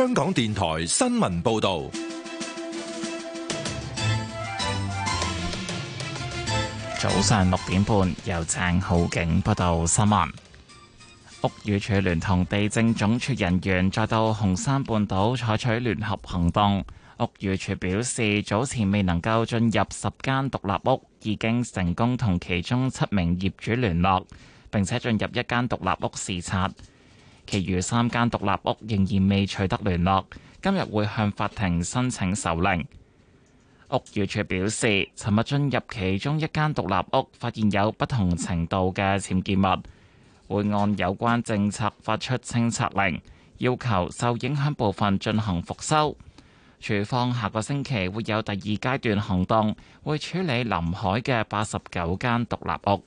香港電台新聞報道。 早上6點半，由鄭浩景報道新聞。屋宇署聯同地政總署人員再到紅山半島採取聯合行動。屋宇署表示，早前未能夠進入10間獨立屋，已經成功同其中7名業主聯絡，並且進入1間獨立屋視察。其餘3間獨立屋仍然未取得聯絡，今日會向法庭申請手令。屋宇署表示，尋日進入其中1間獨立屋，發現有不同程度嘅僭建物，會按有關政策發出清拆令，要求受影響部分進行復修。署方下個星期會有第2階段行動，會處理臨海嘅89間獨立屋。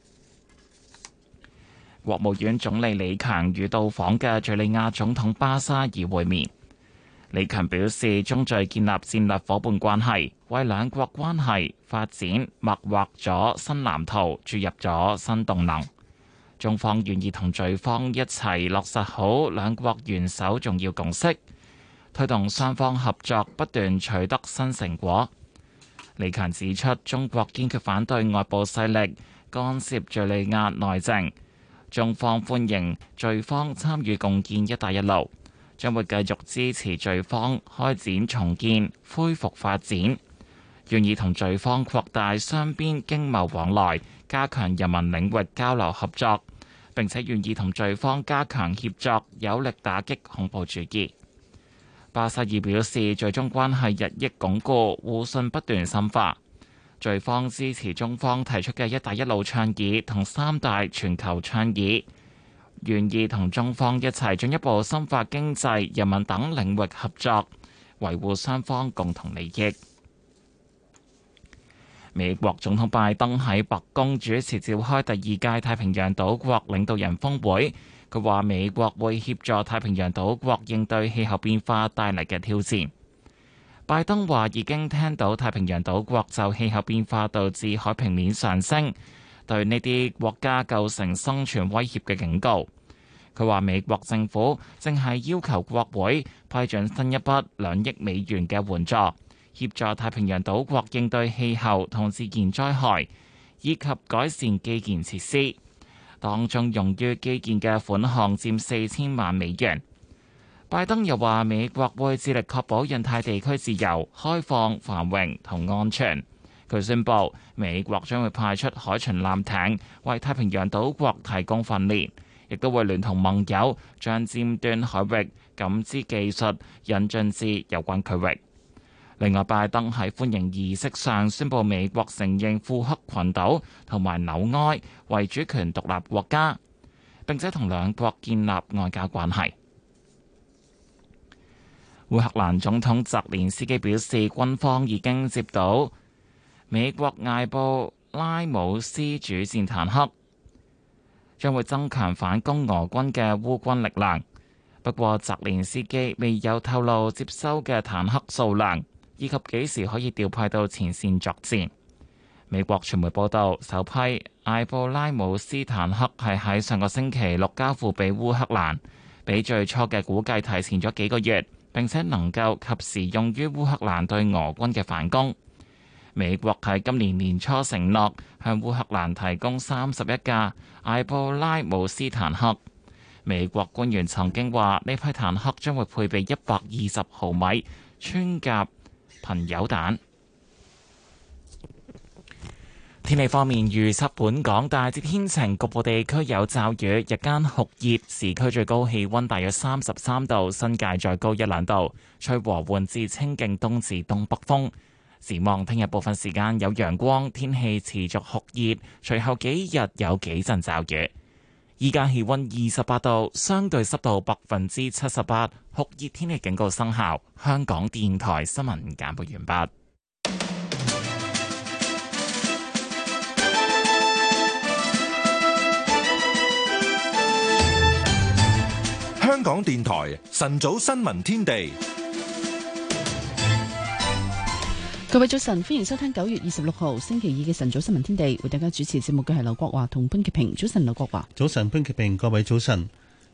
國務院總理李強與到訪嘅敘利亞總統巴沙爾會面。李強表示，中敘建立戰略夥伴關係，為兩國關係發展擘劃咗新藍圖，注入咗新動能。中方願意同敘方一齊落實好兩國元首重要共識，推動雙方合作不斷取得新成果。李強指出，中國堅決反對外部勢力干涉敘利亞內政，中方歡迎敘方參與共建「一帶一路」，將會繼續支持敘方開展重建、恢復發展，願意同敘方擴大雙邊經貿往來，加強人民領域交流合作，並且願意同敘方加強協作，有力打擊恐怖主義。巴沙爾表示，敘中關係日益鞏固，互信不斷深化。敘方支持中方提出嘅「一帶一路」倡議同三大全球倡議，願意同中方一齊進一步深化經濟、人民等領域合作，維護雙方共同利益。美國總統拜登喺白宮主持召開第2屆太平洋島國領導人峰會，佢話美國會協助太平洋島國應對氣候變化帶嚟嘅挑戰。拜登話已經聽到太平洋島國就氣候變化導致海平面上升，對呢啲國家構成生存威脅嘅警告。佢話美國政府正係要求國會批准新一筆2億美元嘅援助，協助太平洋島國應對氣候同自然災害，以及改善基建設施。當中用於基建嘅款項佔4000萬美元。拜登又話美國會致力確保印太地區自由、開放、繁榮同安全。佢宣布美國將會派出海巡艦艇為太平洋島國提供訓練，亦都會聯同盟友將尖端海域感知技術引進至有關區域。另外，拜登喺歡迎儀式上宣布美國承認庫克群島同埋紐埃為主權獨立國家，並且同兩國建立外交關係。烏克蘭總統澤連斯基表示，軍方已經接到美國艾布拉姆斯主戰坦克，將會增強反攻俄軍嘅烏軍力量。不過，澤連斯基未有透露接收嘅坦克數量，以及幾時可以調派到前線作戰。美國傳媒報道，首批艾布拉姆斯坦克係喺上個星期六交付俾烏克蘭，比最初嘅估計提前咗幾個月，並且能夠及時用於烏克蘭對俄軍嘅反攻。美國喺今年年初承諾向烏克蘭提供31架艾布拉姆斯坦克。美國官員曾經話，呢批坦克將會配備120毫米穿甲貧鈾彈。天氣方面，預測本港大致天晴，局部地區有驟雨，日間酷熱，市區最高氣溫大約33度，新界再高1-2度，吹和緩至清勁東至東北風。展望聽日部分時間有陽光，天氣持續酷熱，隨後幾日有幾陣驟雨。依家氣溫28度，相對濕度78%，酷熱天氣警告生效。香港電台新聞簡報完畢。 香港電台晨早新聞天地， 各位早晨，歡迎收聽9月26號星期2嘅晨早新聞天地，為大家主持節目嘅係劉國華同潘潔平。早晨，劉國華。 早晨，潘潔平。各位早晨。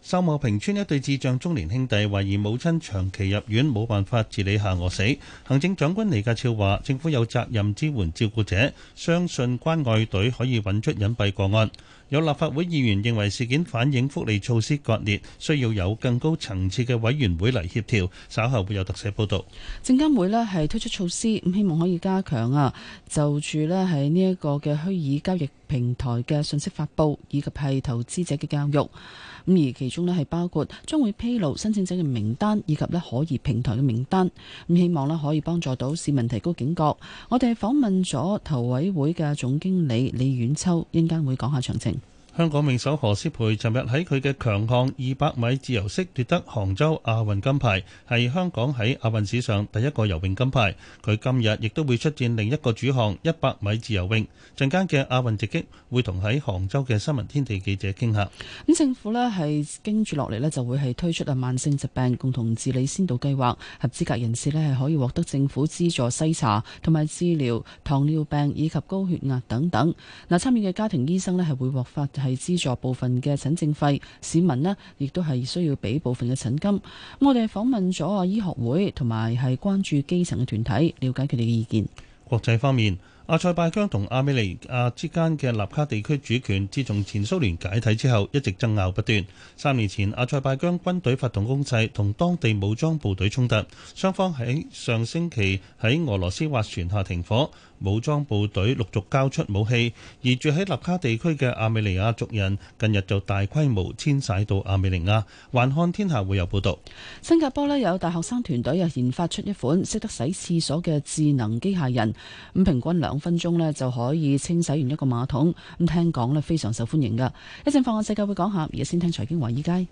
秀茂坪村一對智障中年兄弟懷疑母親長期入院，冇辦法自理下餓死。行政長官李家超話：政府有責任支援照顧者，相信關愛隊可以揾出隱蔽個案。有立法會議員認為事件反映福利措施割裂，需要有更高層次嘅委員會嚟協調。稍後會有特寫報導。 證監會呢係推出措施，咁希望可以加強就住呢係呢一個嘅虛擬交易平台嘅信息發布，以及係投資者嘅教育。咁而其中呢係包括將會披露申請者嘅名單，以及呢可疑平台嘅名單。咁希望呢可以幫助到市民提高警覺。我哋訪問咗投委會嘅總經理李婉秋，一陣間會講下詳情。 香港泳手何詩蓓尋日喺佢嘅強項200米自由式奪得杭州亞運金牌，係香港喺亞運史上第一個游泳金牌。佢今日亦都會出戰另一個主項100米自由泳。陣間嘅亞運直擊會同喺杭州嘅新聞天地記者傾下。 咁政府呢係跟住落嚟呢就會係推出慢性疾病共同治理先導計劃，合資格人士呢係可以獲得政府資助篩查同埋治療糖尿病以及高血壓等等。嗱，參與嘅家庭醫生呢係會獲發係資助部分嘅診症費，市民呢亦都係需要俾部分嘅診金。我哋訪問咗醫學會同埋係關注基層嘅團體，了解佢哋嘅意見。 國際方面，阿塞拜疆同亞美尼亞之間嘅納卡地區主權，自從前蘇聯解體之後，一直爭拗不斷。3年前，阿塞拜疆軍隊發動攻勢，同當地武裝部隊衝突，雙方喺上星期喺俄羅斯斡旋下停火。武裝部隊陸續交出武器，而住喺納卡地區嘅亞美尼亞族人近日就大規模遷徙到亞美尼亞。環看天下會有報導。 新加坡呢有大學生團隊又研發出一款識得洗廁所嘅智能機械人，咁平均2分鐘呢就可以清洗完一個馬桶。咁聽講呢非常受歡迎㗎。一陣放眼世界會講下，而家先聽財經華爾街。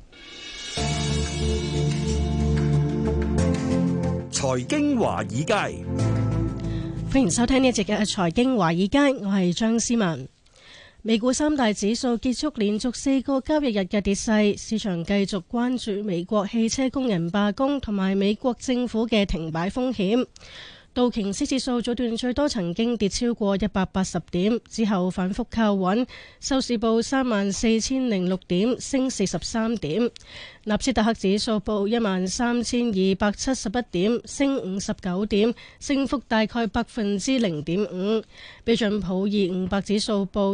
財經華爾街。 歡迎收聽呢一節嘅財經華爾街，我係張思文。美股3大指數結束連續4個交易日嘅跌勢，市場繼續關注美國汽車工人罷工同埋美國政府嘅停擺風險。道瓊斯指數早段最多曾經跌超過180點，之後反覆靠穩，收市報34,006點，升43點。納斯達克指數報13,271點，升59點，升幅大概0.5%。標準普爾500指數報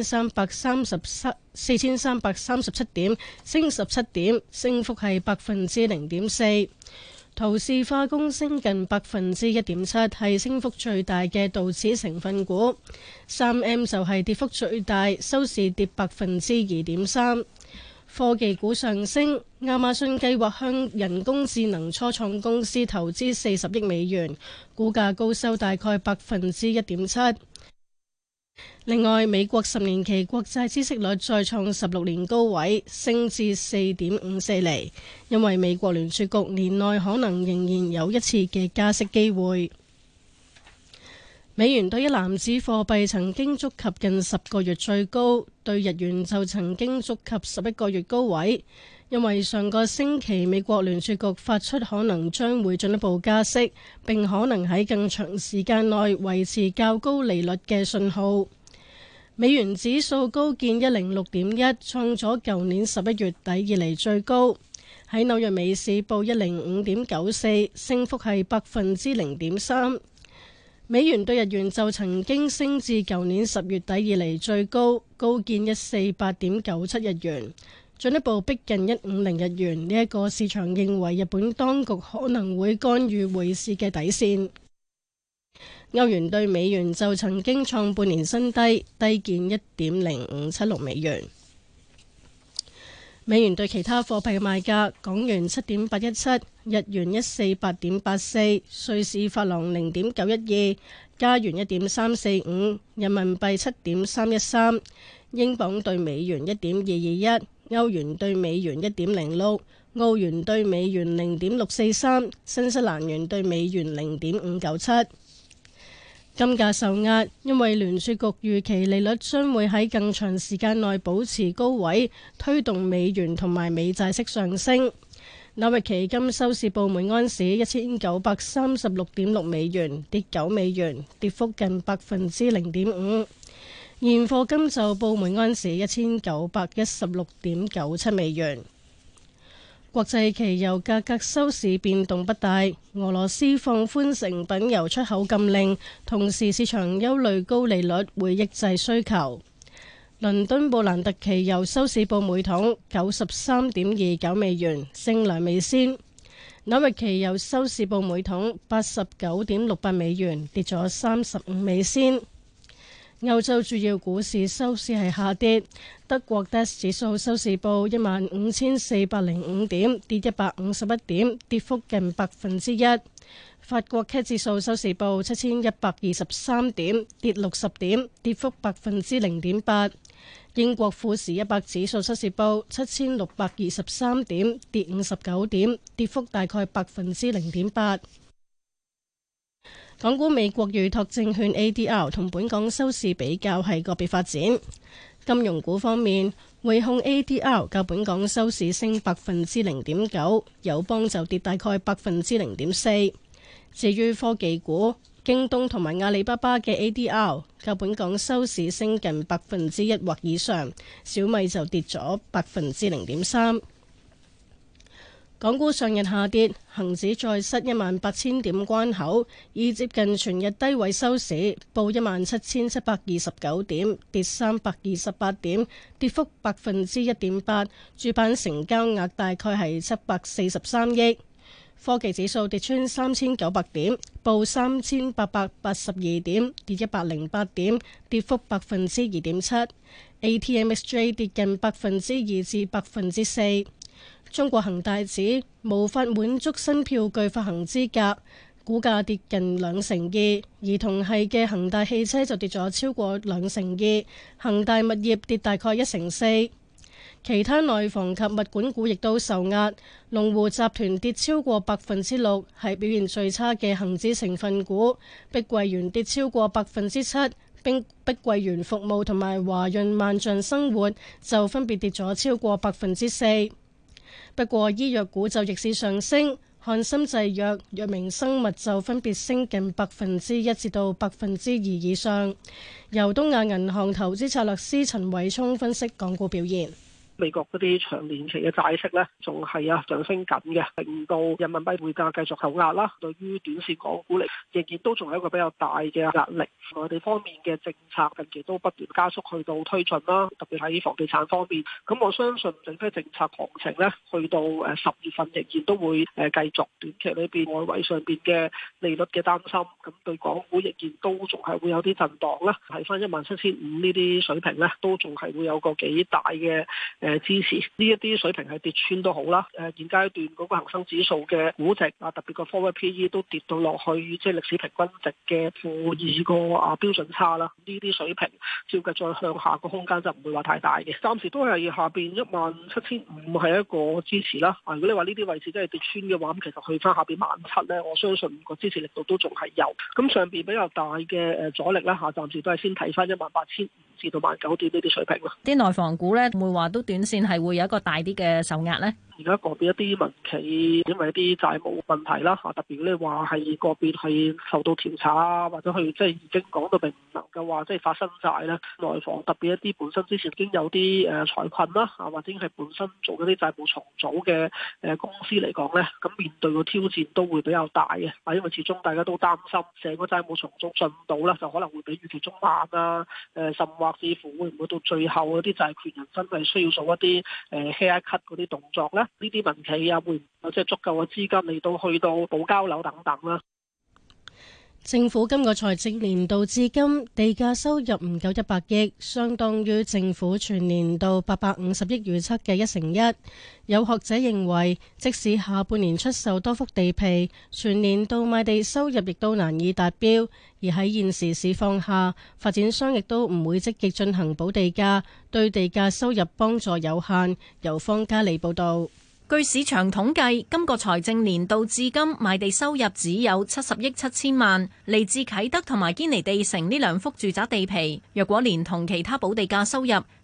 4,337點，升17點，升幅係0.4%。陶氏化工升近1.7%，係升幅最大嘅道指成分股。3M 就係跌幅最大，收市跌2.3%。科技股上升，亞馬遜計劃向人工智能初創公司投資40億美元，股價高收大概1.7%。另外，美國10年期國債孳息率再創16年高位，升至4.54厘，因為美國聯儲局年內可能仍然有一次嘅加息機會。美元對一籃子貨幣曾經觸及近10個月最高，對日元就曾經觸及11個月高位，因為上個星期美國聯儲局發出可能將會進一步加息，並可能喺更長時間內維持較高利率嘅信號。美元指數高見106.1，創咗舊年11月底以嚟最高。喺紐約美市報105.94，升幅係0.3%。美元對日元就曾經升至舊年10月底以嚟最高，高見148.97日元，進一步逼近150日元。呢一個市場認為日本當局可能會干預匯市嘅底線。歐元對美元就曾經創半年新低，低見1.0576美元。美元對其他貨幣嘅賣價：港元7.817，日元148.84，瑞士法郎0.912，加元1.345，人民幣7.313，英鎊對美元1.221，歐元對美元1.06，澳元對美元0.643，新西蘭元對美元0.597。金價受壓，因為聯儲局預期利率將會喺更長時間內保持高位，推動美元同埋美債息上升。紐約期金收市報每安士1936.6美元，跌9美元，跌幅近0.5%。現貨金就報每安士1916.97美元。 國際期油價格收市變動不大，俄羅斯放寬成品油出口禁令，同時市場憂慮高利率會抑制需求。倫敦布蘭特期油收市報每桶93.29美元，升2美仙。紐約期油收市報每桶89.68美元，跌咗35美仙。歐洲主要股市收市係下跌，德國 DAX 指數收市報15,405點，跌151點，跌幅近1%。法國 CAC 指數收市報7,123點，跌60點，跌幅0.8%。英國富時100指數收市報7,623點，跌59點，跌幅大概0.8%。港股美國預託證券 ADR 同本港收市比較係個別發展。金融股方面，匯控 ADR 較本港收市升0.9%，友邦就跌大概0.4%。至於科技股，京東同埋阿里巴巴嘅 ADR 較本港收市升近1%或以上，小米就跌咗0.3%。港股上日下跌，恒指再失18,000點關口，已接近全日低位收市，報17,729點，跌328點，跌幅1.8%。主板成交額大概係743億。科技指數跌穿3,900點，報3,882點，跌108點，跌幅2.7%。ATMXJ 跌近2%至4%。中國恒大指無法滿足新票據發行資格，股價跌近2%，而同係嘅恒大汽車就跌咗超過2%，恒大物業跌大概1%。其他內房及物管股亦都受壓，龍湖集團跌超過6%，係表現最差嘅恒指成分股。碧桂園跌超過7%，碧桂園服務同埋華潤萬象生活就分別跌咗超過4%。不過醫藥股就逆市上升，漢森製藥、藥明生物就分別升近1%至到2%以上。由東亞銀行投資策略師陳偉聰分析港股表現。 美國嗰啲長年期嘅債息咧，仲係上升緊嘅，令到人民幣匯價繼續受壓啦。對於短線港股嚟，仍然都仲係一個比較大嘅壓力。內地方面嘅政策近期都不斷加速去到推進啦，特別喺房地產方面。咁我相信整體政策行情咧，去到10月份仍然都會繼續。短期裏邊外圍上邊嘅利率嘅擔心，咁對港股仍然都仲係會有啲震盪啦。睇翻17,500呢啲水平咧，都仲係會有個幾大嘅支持。呢一啲水平係跌穿都好啦。現階段嗰個恒生指數嘅估值啊，特別個 forward PE 都跌到落去，即係歷史平均值嘅負2個標準差啦。呢啲水平照計再向下個空間就唔會話太大嘅。暫時都係下邊17,500係一個支持啦。如果你話呢啲位置真係跌穿嘅話，咁其實去翻下邊17,000咧，我相信個支持力度都仲係有。咁上邊比較大嘅阻力咧，暫時都係先睇翻18,500至到19,000點呢啲水平啦。 啲內房股咧，會話都短線係會有一個大啲嘅受壓咧。 而家個別一啲民企因為一啲債務問題啦，特別你話係個別係受到調查啊，或者去即係已經講到並唔能夠話即係發生債咧，內房特別一啲本身之前已經有啲財困啦，或者係本身做嗰啲債務重組嘅公司嚟講咧，咁面對個挑戰都會比較大嘅，因為始終大家都擔心成個債務重組進度啦，就可能會比預期中慢啊，甚或至乎會唔會到最後嗰啲債權人真係需要做一啲hair cut 嗰啲動作咧？呢啲民企啊，會唔會有即係足夠嘅資金嚟到去到保交樓等等啦？ 政府今個財政年度至今地價收入唔夠100億，相當於政府全年度850億預測嘅1/1。有學者認為，即使下半年出售多幅地皮，全年度賣地收入亦都難以達標。而喺現時市況下，發展商亦都唔會積極進行補地價，對地價收入幫助有限。由方嘉利報導。 據市場統計，今個財政年度至今賣地收入只有70億7千萬，嚟自啟德同埋堅尼地城呢兩幅住宅地皮。若果連同其他補地價收入，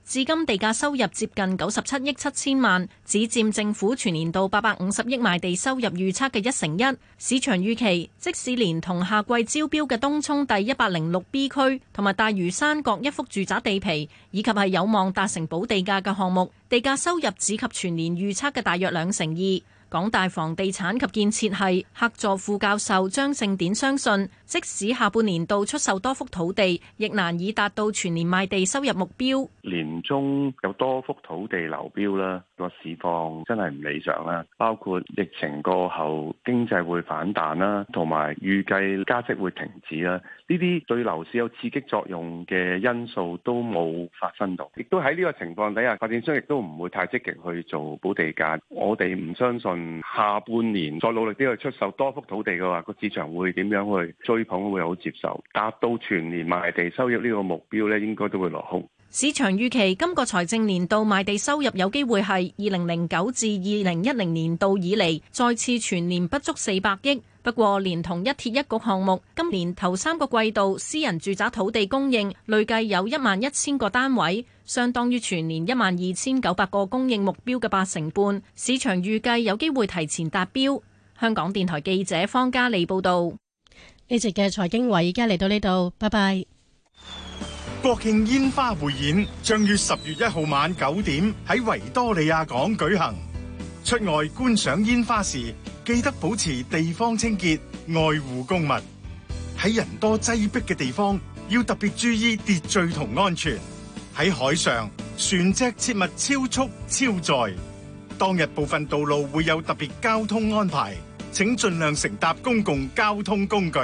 至今地價收入接近97億7千萬，只佔政府全年度850億賣地收入預測嘅1/1。市場預期，即使連同下季招標嘅東涌第106B 區同埋大嶼山各一幅住宅地皮，以及係有望達成補地價嘅項目，地價收入只及全年預測嘅大約2/2。港大房地產及建設系客座副教授張勝典相信，即使下半年度出售多幅土地，亦難以達到全年賣地收入目標。 年中有多幅土地流標啦，個市況真係唔理想啦。包括疫情過後經濟會反彈啦，同埋預計加息會停止啦，呢啲對樓市有刺激作用嘅因素都冇發生到，亦都喺呢個情況底下，發展商亦都唔會太積極去做補地價。我哋唔相信下半年再努力啲去出售多幅土地嘅話，個市場會點樣去追捧，會好接受，達到全年賣地收入呢個目標呢，應該都會落空。 市場預期今個財政年度賣地收入有機會係2009至2010年度以嚟再次全年不足400億。不過，連同一鐵一局項目，今年頭3個季度私人住宅土地供應累計有11000個單位，相當於全年12900個供應目標嘅8成半。市場預計有機會提前達標。香港電台記者方嘉利報導。 呢節嘅財經華而家嚟到呢度，拜拜。 國慶煙花匯演將於10月1號晚9點喺維多利亞港舉行。出外觀賞煙花時，記得保持地方清潔，愛護公物。喺人多擠迫嘅地方，要特別注意秩序同安全。喺海上，船隻切勿超速超載。當日部分道路會有特別交通安排，請盡量乘搭公共交通工具。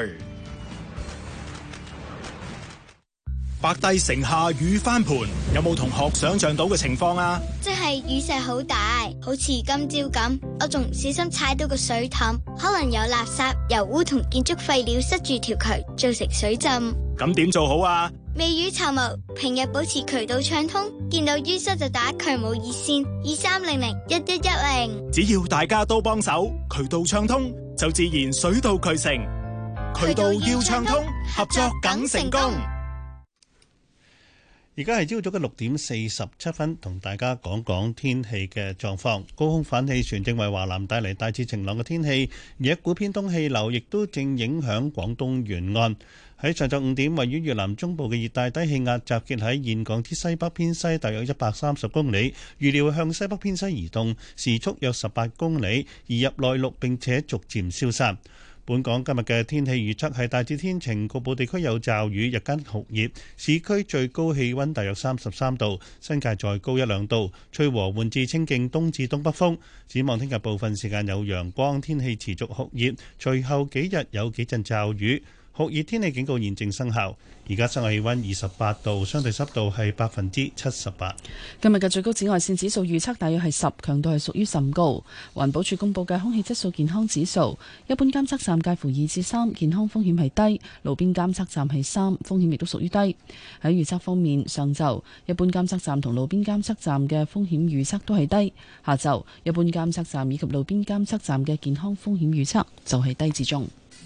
白帝城下雨翻盤，有冇同學想象到嘅情況啊？ 即係雨勢好大，好似今朝咁，我仲唔小心踩到個水凼，可能有垃圾、油污同建築廢料塞住條渠，造成水浸。 咁點做好啊？ 未雨綢繆，平日保持渠道暢通，見到淤塞就打渠務熱線23001110。 只要大家都幫手，渠道暢通就自然水到渠成。渠道要暢通，合作梗成功。 而家係朝早嘅6:47，同大家講講天氣嘅狀況。高空反氣旋正為華南帶嚟大致晴朗嘅天氣，而一股偏東氣流亦都正影響廣東沿岸。喺上晝5點，位於越南中部嘅熱帶低氣壓集結喺峴港之西北偏西大約130公里，預料向西北偏西移動，時速約18公里，移入內陸並且逐漸消散。本港今日嘅天氣預測係大致天晴，局部地區有驟雨，日間酷熱，市區最高氣溫大約33度，新界再高1-2度，吹和緩至清勁東至東北風。展望聽日部分時間有陽光，天氣持續酷熱，隨後幾日有幾陣驟雨。酷熱天氣警告現正生效。而家室外氣溫28度，相對濕度係78%。 今日嘅最高紫外線指數預測大約係10，強度係屬於甚高。環保署公布嘅空氣質素健康指數，一般監測站介乎2至3，健康風險係低；路邊監測站係3，風險亦都屬於低。喺預測方面，上晝一般監測站同路邊監測站嘅風險預測都係低；下晝一般監測站以及路邊監測站嘅健康風險預測就係低至中。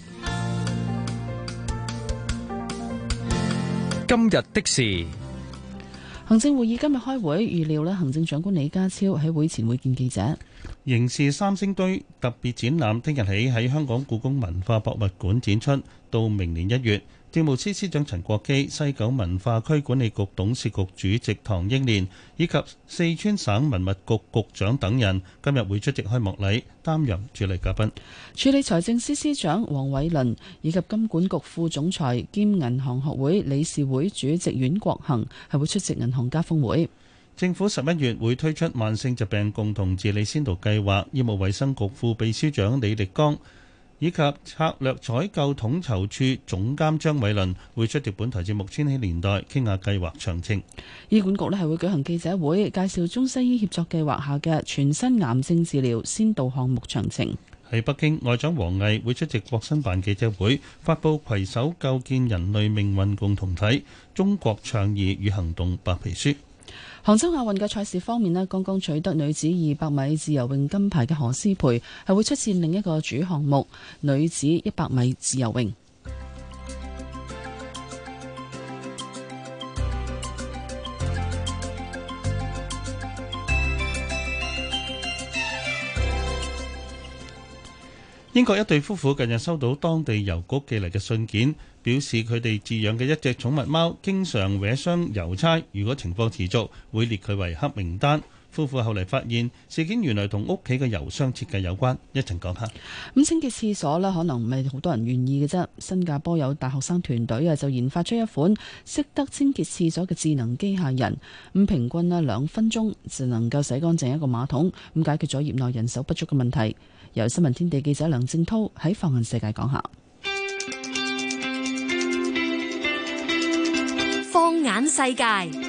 今日的事， 行政會議今日開會，預料行政長官李家超喺會前會見記者。 刑事三星堆特別展覽聽日起喺香港故宮文化博物館展出，到明年1月。政務司司長陳國基、西九文化區管理局董事局主席唐英年以及四川省文物局局長等人今日會出席開幕禮，擔任主禮嘉賓。 署理財政司司長黃偉綸以及金管局副總裁兼銀行學會理事會主席阮國恒係會出席銀行家峰會。 政府11月會推出慢性疾病共同治理先導計劃，醫務衛生局副秘書長李力剛以及策略採購統籌處總監張偉倫會出席本台節目《千禧年代》，傾下計劃詳情。 醫管局咧係會舉行記者會，介紹中西醫協作計劃下嘅全新癌症治療先導項目詳情。 喺北京，外長王毅會出席國新辦記者會，發佈攜手構建人類命運共同體中國倡議與行動白皮書。 杭州亞運嘅賽事方面咧，剛剛取得女子200米自由泳金牌嘅何詩蓓係會出戰另一個主項目女子100米自由泳。 英國一對夫婦近日收到當地郵局寄嚟嘅信件，表示佢哋飼養嘅一隻寵物貓經常搲傷郵差，如果情況持續，會列佢為黑名單。夫婦後嚟發現事件原來同屋企嘅郵箱設計有關，一陣講下。 咁清潔廁所呢，可能唔係好多人願意嘅啫。新加坡有大學生團隊就研發出一款識得清潔廁所嘅智能機械人，咁平均2分鐘就能夠洗乾淨一個馬桶，咁解決咗業內人手不足嘅問題。由新聞天地記者梁正濤喺放眼世界講下。 放眼世界。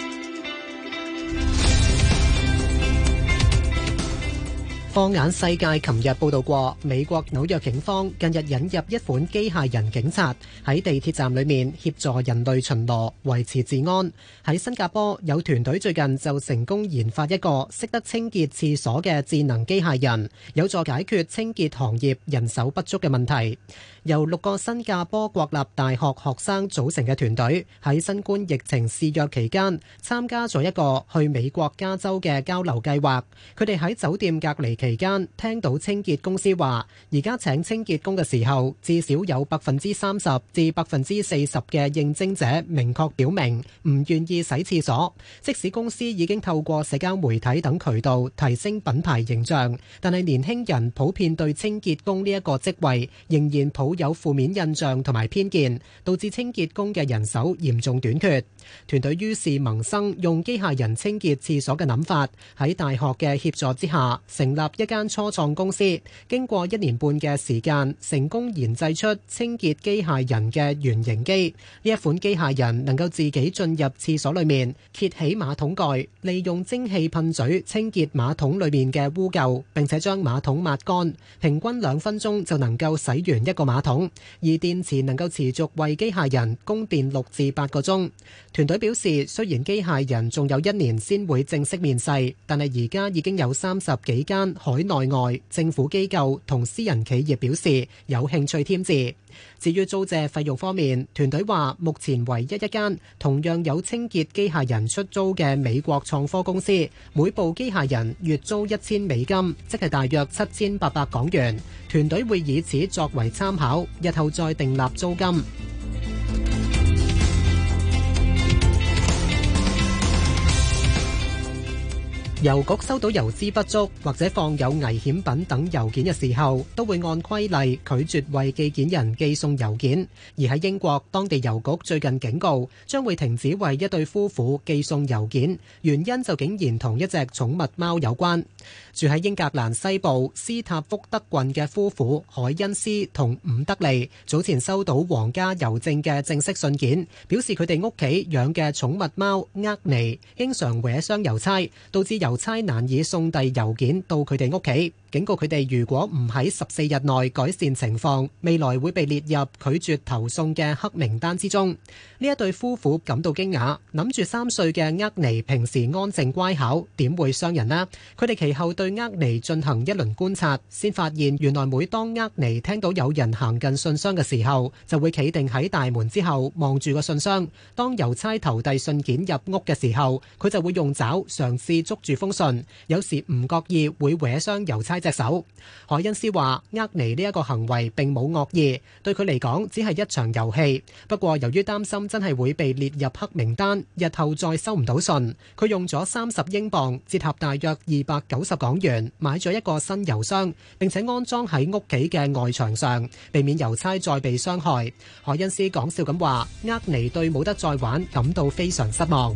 放眼世界，琴日報道過，美國紐約警方近日引入一款機械人警察，喺地鐵站裏面協助人類巡邏，維持治安。喺新加坡，有團隊最近就成功研發一個識得清潔廁所嘅智能機械人，有助解決清潔行業人手不足嘅問題。由6個新加坡國立大學學生組成嘅團隊，喺新冠疫情肆虐期間參加咗一個去美國加州嘅交流計劃。佢哋喺酒店隔離期間聽到清潔公司話，而家請清潔工嘅時候，至少有30%至40%嘅應徵者明確表明唔願意洗廁所。即使公司已經透過社交媒體等渠道提升品牌形象，但係年輕人普遍對清潔工呢一個職位仍然抱有負面印象同埋偏見，導致清潔工嘅人手嚴重短缺。團隊於是萌生用機械人清潔廁所嘅諗法，喺大學嘅協助之下，成立一間初創公司。經過1年半嘅時間，成功研製出清潔機械人嘅原型機。呢一款機械人能夠自己進入廁所裏面，揭起馬桶蓋，利用蒸汽噴嘴清潔馬桶裏面嘅污垢，並且將馬桶抹乾。平均2分鐘就能夠洗完一個馬桶，而電池能夠持續為機械人供電6至8個鐘。團隊表示，雖然機械人仲有1年先會正式面世，但係而家已經有30幾間海內外政府機構同私人企業表示有興趣添置。至於租借費用方面，團隊話目前唯一一間同樣有清潔機械人出租嘅美國創科公司，每部機械人月租$1000，即係大約7800港元。團隊會以此作為參考，日後再訂立租金。郵局收到郵資不足或者放有危險品等郵件嘅時候，都會按規例拒絕為寄件人寄送郵件。而喺英國，當地郵局最近警告，將會停止為一對夫婦寄送郵件，原因就竟然同一隻寵物貓有關。住喺英格蘭西部斯塔福德郡嘅夫婦海恩斯同伍德利早前收到皇家郵政嘅正式信件，表示佢哋屋企養嘅寵物貓厄尼經常搲傷郵差，導致郵差難以送遞郵件到佢哋屋企，警告佢哋如果唔喺14日內改善情況，未來會被列入拒絕投送嘅黑名單之中。呢一對夫婦感到驚訝，諗住3歲嘅厄尼平時安靜乖巧，點會傷人呢？佢哋其後對厄尼進行一輪觀察，先發現原來每當厄尼聽到有人行近信箱嘅時候，就會企定喺大門之後望住個信箱。當郵差投遞信件入屋嘅時候，佢就會用爪嘗試捉住封信，有時唔覺意會搲傷郵差隻手。海恩斯話：厄尼呢一個行為並冇惡意，對佢嚟講只係一場遊戲。不過由於擔心真係會被列入黑名單，日後再收唔到信，佢用咗30英鎊，折合大約290港元，買咗一個新郵箱，並且安裝喺屋企嘅外牆上，避免郵差再被傷害。海恩斯講笑咁話：厄尼對冇得再玩感到非常失望。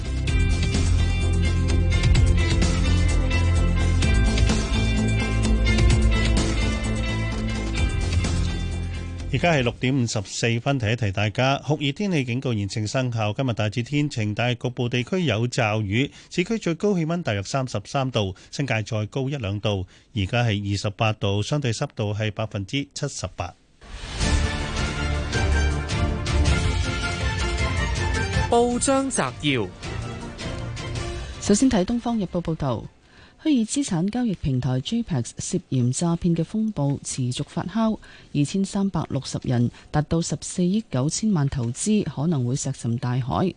而家係6點54分，提一提大家，酷熱天氣警告現正生效。今日大致天晴，但係局部地區有驟雨。市區最高氣溫大約33度，新界再高1-2度。而家係28度，相對濕度係78%。 報章摘要， 首先睇《東方日報》報道。虛擬資產交易平台 JPEX 涉嫌詐騙嘅風暴持續發酵，2360人達到14億9千萬投資可能會石沉大海。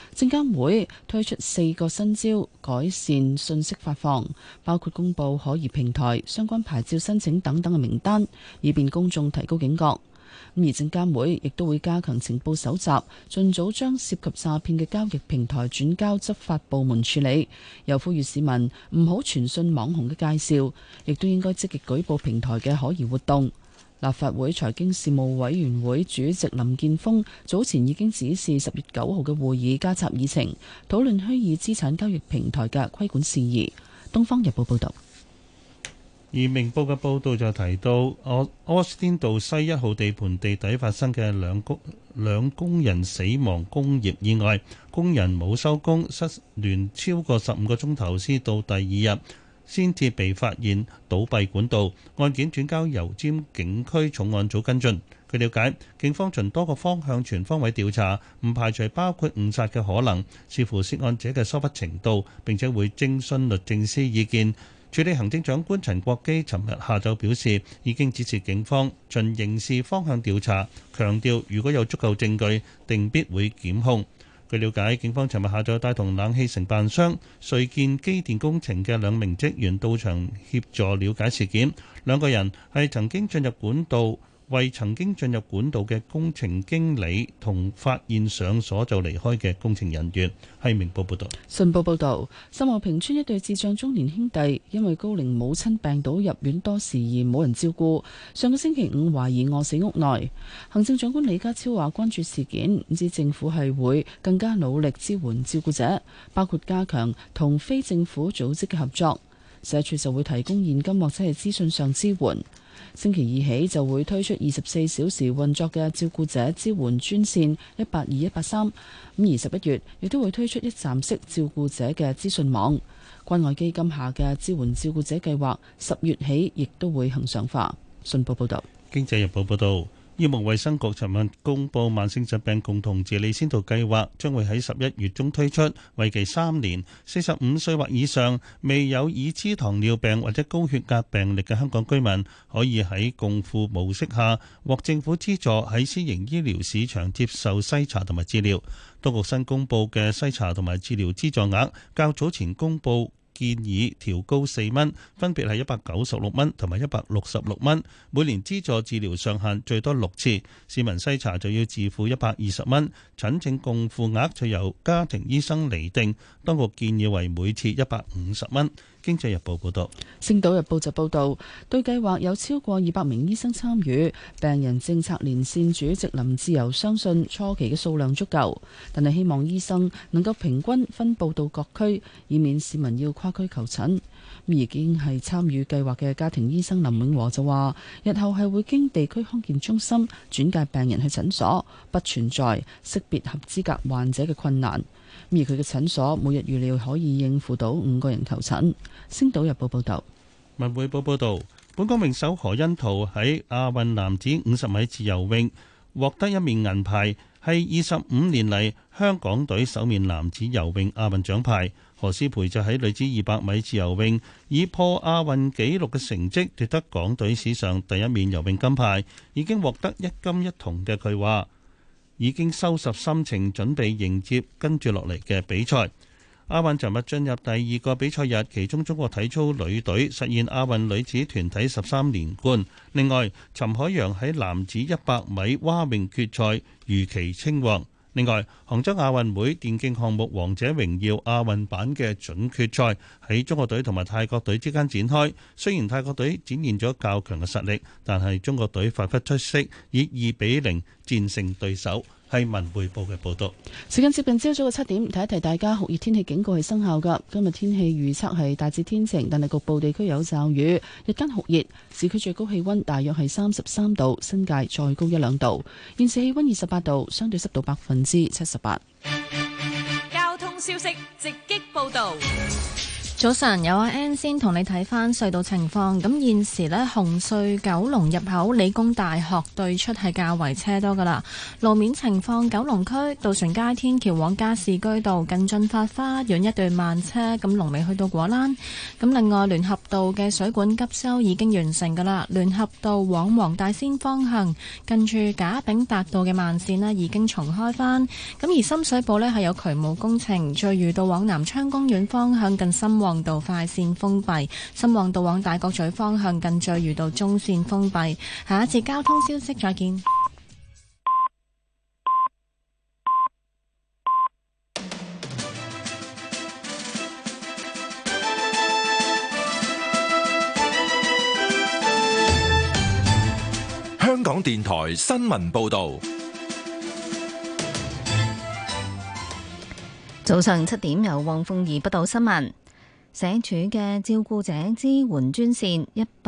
證監會推出4個新招，改善信息發放，包括公佈可疑平台、相關牌照申請等等嘅名單，以便公眾提高警覺。而證監會亦都會加強情報搜集，盡早將涉及詐騙嘅交易平台轉交執法部門處理。又呼籲市民唔好傳信網紅嘅介紹，亦都應該積極舉報平台嘅可疑活動。立法會財經事務委員會主席林健鋒早前已經指示10月9號嘅會議加插議程，討論虛擬資產交易平台嘅規管事宜。《東方日報》報道。 而明報嘅報導就提到，柯士甸道西1號地盤地底發生嘅兩工人死亡工業意外，工人冇收工，失聯超過15個鐘頭，先到第2日先至被發現倒閉管道。案件轉交油尖警區重案組跟進。據了解，警方循多個方向全方位調查，唔排除包括誤殺嘅可能，視乎涉案者嘅疏忽程度，並且會徵詢律政司意見。署理行政長官陳國基尋日下晝表示，已經指示警方循刑事方向調查，強調如果有足夠證據，定必會檢控。據了解，警方尋日下晝帶同冷氣承辦商瑞建機電工程嘅2名職員到場協助了解事件。2個人係曾經進入管道嘅工程經理同發現上鎖就離開嘅工程人員。係明報報道。 信報報導，秀茂坪村一對智障中年兄弟因為高齡母親病倒入院多時而冇人照顧，上個星期5懷疑餓死屋內。行政長官李家超話關注事件，指政府係會更加努力支援照顧者，包括加強同非政府組織嘅合作。社署就會提供現金或者係資訊上支援。星期2起就會推出24小時運作嘅照顧者支援專線182183，而11月亦都會推出一站式照顧者嘅資訊網。關愛基金下嘅支援照顧者計劃10月起亦都會恆常化。信報報道。 經濟日報報道。醫務衛生局尋日公布慢性疾病共同治理先導計劃，將會喺11月中推出，為期3年。45歲或以上未有已知糖尿病或者高血壓病歷嘅香港居民，可以喺共付模式下獲政府資助喺私營醫療市場接受篩查同埋治療。當局新公布嘅篩查同埋治療資助額，較早前公布建議調高4蚊，分別係196蚊同埋166蚊。每年資助治療上限最多6次，市民篩查就要自付120蚊，診症共付額就由家庭醫生釐定。當局建議為每次150蚊。經濟日報報道。 星島日報就報道，對計劃有超過200名醫生參與。病人政策連線主席林志釉相信初期嘅數量足夠，但係希望醫生能夠平均分佈到各區，以免市民要跨區求診。已經係參與計劃嘅家庭醫生林永和就話，日後係會經地區康健中心轉介病人去診所，不存在識別合資格患者嘅困難。而佢嘅診所每日預料可以應付到5個人求診。星島日報報道。 文匯報報道，本港泳手何恩圖喺亞運男子50米自由泳獲得1面銀牌，係25年嚟香港隊首面男子游泳亞運獎牌。何詩蓓就喺女子200米自由泳以破亞運紀錄嘅成績奪得港隊史上第1面游泳金牌，已經獲得1金1銅嘅佢話，已經收拾心情準備迎接跟住落嚟嘅比賽。亞運尋日進入第2個比賽日，其中中國體操女隊實現亞運女子團體13連冠。另外，陳海洋喺男子100米蛙泳決賽如期稱王。另外，杭州亞運會電競項目王者榮耀亞運版嘅準決賽喺中國隊同埋泰國隊之間展開。雖然泰國隊展現咗較強嘅實力，但係中國隊發揮出色，以2-0戰勝對手。係文匯報嘅報道。 時間接近朝早嘅7點，提一提大家，酷熱天氣警告係生效㗎。今日天氣預測係大致天晴，但係局部地區有驟雨。日間酷熱，市區最高氣溫大約係33度，新界再高1-2度。現時氣溫28度，相對濕度78%。 交通消息直擊報道。 早晨，有阿 N 先同你睇翻隧道情況。咁現時呢，紅隧九龍入口理工大學對出係較為車多噶啦。路面情況，九龍區渡船街天橋往加士居道近駿發花園一段慢車，咁龍尾去到果欄。咁另外聯合道嘅水管急修已經完成噶啦。聯合道往黃大仙方向近住賈炳達道嘅慢線呢已經重開翻。咁而深水埗呢係有渠務工程，最嶼道往南昌公園方向近深旺道快線封閉，深旺道往大角咀方向近最嶼道中線封閉。下一節交通消息再見。 香港電台新聞報道。 早上7點，由黃鳳儀報道新聞。社署嘅照顧者支援專線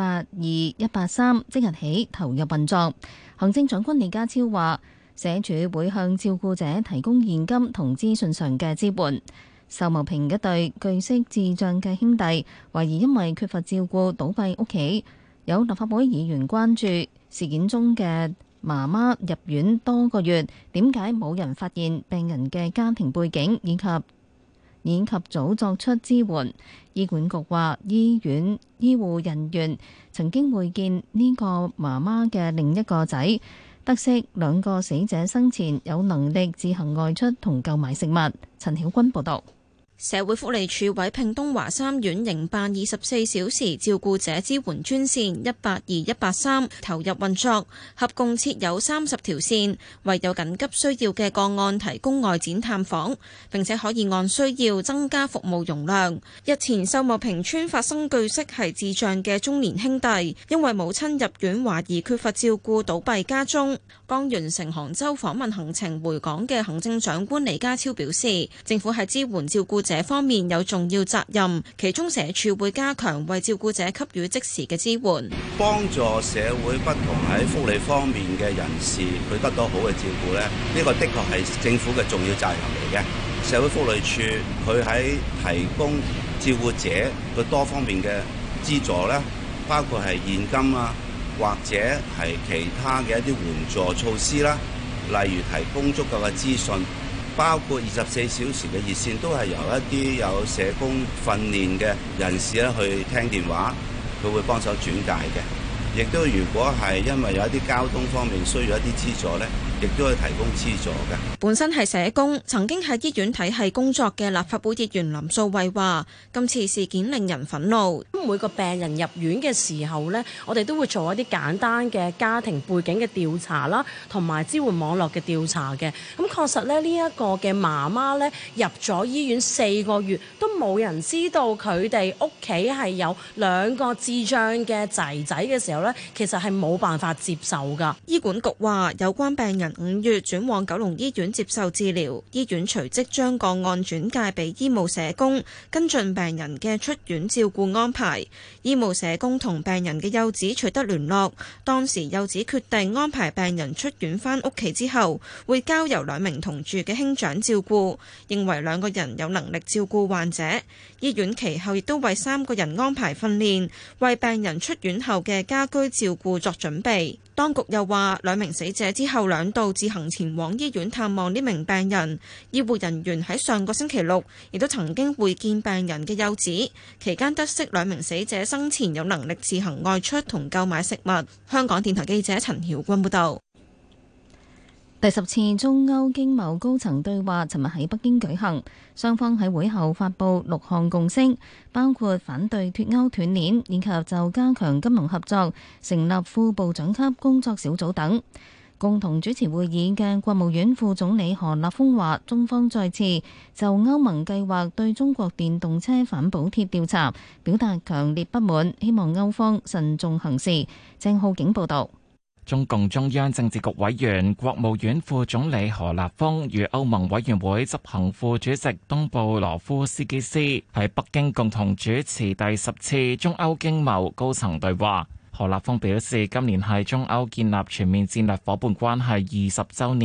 182-183即日起投入運作。行政長官李家超話，社署會向照顧者提供現金同資訊上嘅支援。秀茂坪一對據悉智障嘅兄弟，懷疑因為缺乏照顧倒斃屋企，有立法會議員關注事件中嘅媽媽入院多個月，點解冇人發現病人嘅家庭背景以及早作出支援？醫管局話，醫院醫護人員曾經會見呢個媽媽嘅另一個仔，得悉兩個死者生前有能力自行外出同購買食物。陳曉君報導。 社會福利署委聘東華三院營辦24小時照顧者支援專線182-183投入運作，合共設有30條線，為有緊急需要嘅個案提供外展探訪，並且可以按需要增加服務容量。日前秀茂坪村發生據悉係智障嘅中年兄弟，因為母親入院懷疑缺乏照顧倒斃家中。剛完成杭州訪問行程回港嘅行政長官李家超表示，政府喺支援照顧者方面有重要責任，其中社署會加強為照顧者給予即時嘅支援， 幫助社會不同喺福利方面嘅人士，佢得到好嘅照顧咧，呢個的確係政府嘅重要責任嚟嘅。社會福利署佢喺提供照顧者佢多方面嘅資助咧，包括係現金啊，或者係其他嘅一啲援助措施啦，例如提供足夠嘅資訊，包括24小時嘅熱線，都係由一啲有社工訓練嘅人士咧去聽電話，佢會幫手轉介嘅。亦都如果係因為有一啲交通方面需要一啲資助呢，亦都可以提供資助嘅。 本身係社工，曾經喺醫院體系工作嘅立法會議員林素慧話，今次事件令人憤怒。 每個病人入院嘅時候呢，我哋都會做一啲簡單嘅家庭背景嘅調查啦，同埋支援網絡嘅調查嘅。咁確實咧，呢一個嘅媽媽呢，入咗醫院4個月，都冇人知道佢哋屋企係有2個智障嘅仔仔嘅時候呢，其實係冇辦法接受㗎。 醫管局話，有關病人5月轉往九龍醫院接受治療，醫院隨即將個案轉介俾醫務社工跟進病人嘅出院照顧安排。醫務社工同病人嘅幼子取得聯絡，當時幼子決定安排病人出院返屋企之後，會交由2名同住嘅兄長照顧，認為2個人有能力照顧患者。醫院其後亦都為3個人安排訓練，為病人出院後嘅家居照顧作準備。當局又話，2名死者之後2度自行前往醫院探望呢名病人。醫護人員喺上個星期6亦都曾經會見病人嘅幼子，期間得悉2名死者生前有能力自行外出同購買食物。香港電台記者陳曉君報導。 第10次中歐經貿高層對話尋日喺北京舉行，雙方喺會後發布6項共識，包括反對脱歐斷鏈，以及就加強金融合作成立副部長級工作小組等。共同主持會議嘅國務院副總理何立峰話，中方再次就歐盟計劃對中國電動車反補貼調查表達強烈不滿，希望歐方慎重行事。鄭浩景報導。 中共中央政治局委員、國務院副總理何立峰與歐盟委員會執行副主席東布羅夫斯基斯喺北京共同主持第10次中歐經貿高層對話。何立峰表示，今年係中歐建立全面戰略夥伴關係20週年，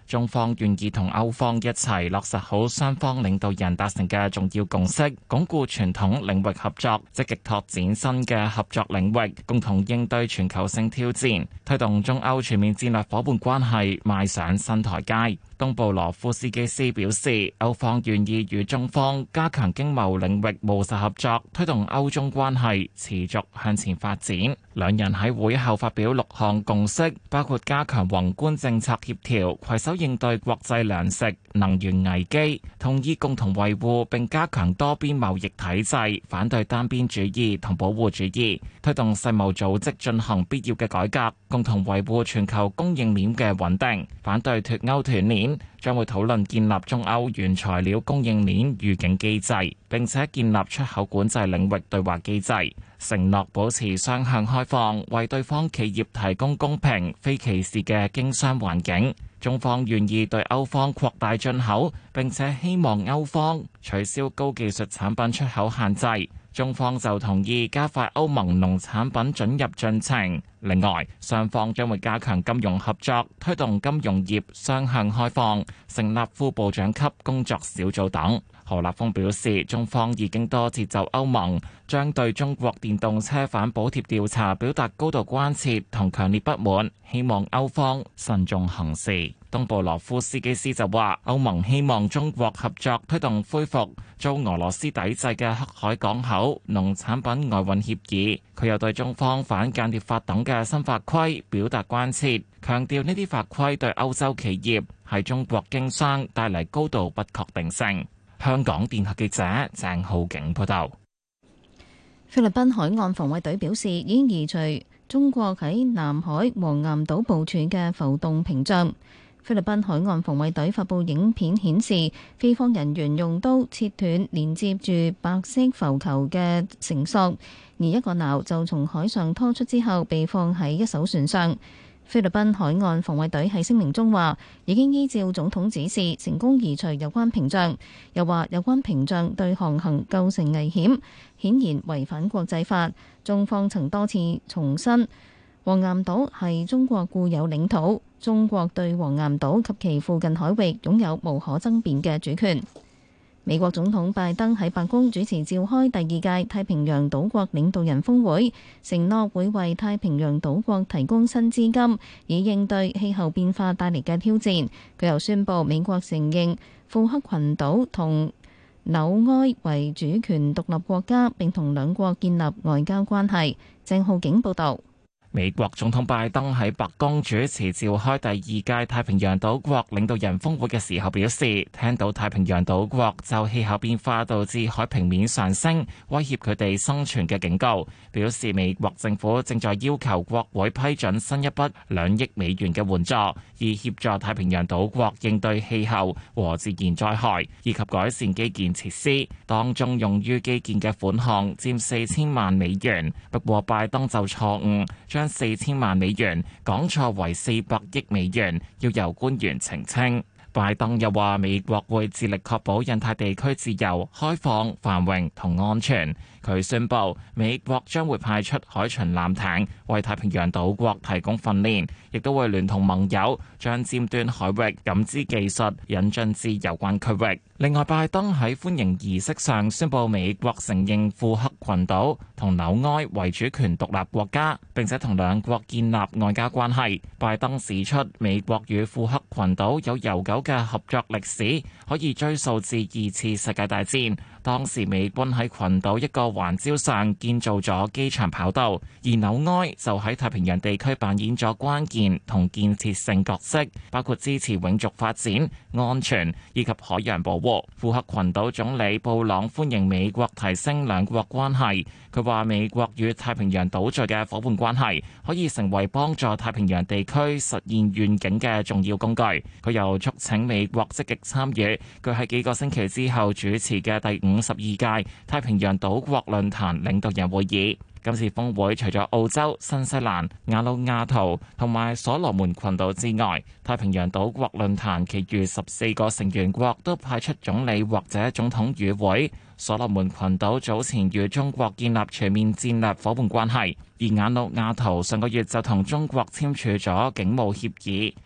中方願意同歐方一齊落實好雙方領導人達成嘅重要共識，鞏固傳統領域合作，積極拓展新嘅合作領域，共同應對全球性挑戰，推動中歐全面戰略夥伴關係邁上新台階。東布羅夫斯基斯表示，歐方願意與中方加強經貿領域務實合作，推動歐中關係持續向前發展。兩人喺會後發表6項共識，包括加強宏觀政策協調，攜手應對國際糧食、能源危機，同意共同維護並加強多邊貿易體制，反對單邊主義同保護主義，推動世貿組織進行必要嘅改革，共同維護全球供應鏈嘅穩定，反對脫歐斷鏈。將會討論建立中歐原材料供應鏈預警機制，並且建立出口管制領域對話機制，承諾保持雙向開放，為對方企業提供公平、非歧視嘅經商環境。中方願意對歐方擴大進口，並且希望歐方取消高技術產品出口限制。中方就同意加快歐盟農產品准入進程。另外，雙方將會加強金融合作，推動金融業雙向開放，成立副部長級工作小組等。何立峰表示，中方已經多次就歐盟將對中國電動車反補貼調查表達高度關切同強烈不滿，希望歐方慎重行事。東布羅夫斯基斯就話，歐盟希望中國合作推動恢復遭俄羅斯抵制嘅黑海港口農產品外運協議。佢又對中方反間諜法等嘅新法規表達關切，強調呢啲法規對歐洲企業喺中國經商帶嚟高度不確定性。香港電台記者鄭浩景報道。 菲律賓海岸防衛隊表示，已經移除中國喺南海黃岩島部署嘅浮動屏障。菲律賓海岸防衛隊發布影片顯示，菲方人員用刀切斷連接住白色浮球嘅繩索，而一個錨就從海上拖出之後被放喺一艘船上。菲律賓海岸防衛隊喺聲明中話，已經依照總統指示成功移除有關屏障，又話有關屏障對航行構成危險，顯然違反國際法。中方曾多次重申，黃岩島係中國固有領土，中國對黃岩島及其附近海域擁有無可爭辯嘅主權。美國總統拜登喺白宮主持召開第2屆太平洋島國領導人峰會，承諾會為太平洋島國提供新資金，以應對氣候變化帶嚟嘅挑戰。佢又宣布美國承認庫克群島同紐埃為主權獨立國家，並同兩國建立外交關係。鄭浩景報導。 美國總統拜登喺白宮主持召開第2屆太平洋島國領導人峰會嘅時候表示，聽到太平洋島國就氣候變化導致海平面上升，威脅佢哋生存嘅警告，表示美國政府正在要求國會批准新一筆2億美元嘅援助，以協助太平洋島國應對氣候和自然災害，以及改善基建設施。當中用於基建嘅款項佔4000萬美元，不過拜登就錯誤將4000萬美元講錯為400億美元，要由官員澄清。拜登又話，美國會致力確保印太地區自由、開放、繁榮同安全。佢宣布，美國將會派出海巡艦艇為太平洋島國提供訓練，亦都會聯同盟友將尖端海域感知技術引進至有關區域。另外，拜登喺歡迎儀式上宣布，美國承認庫克群島同紐埃為主權獨立國家，並且同兩國建立外交關係。拜登指出，美國與庫克群島有悠久嘅合作歷史，可以追溯至2次世界大戰。當時美軍喺群島一個環礁上建造咗機場跑道，而紐埃就喺太平洋地區扮演咗關鍵同建設性角色，包括支持永續發展、安全以及海洋保護。庫克群島總理布朗歡迎美國提升兩國關係，佢話美國與太平洋島嶼嘅伙伴關係可以成為幫助太平洋地區實現願景嘅重要工具。佢又促請美國積極參與佢喺幾個星期之後主持嘅第52屆太平洋島國論壇領導人會議。今次峰會除咗澳洲、新西蘭、瓦努阿圖同埋所羅門群島之外，太平洋島國論壇其餘14個成員國都派出總理或者總統與會。所羅門群島早前與中國建立全面戰略夥伴關係，而瓦努阿圖上個月就同中國簽署咗警務協議。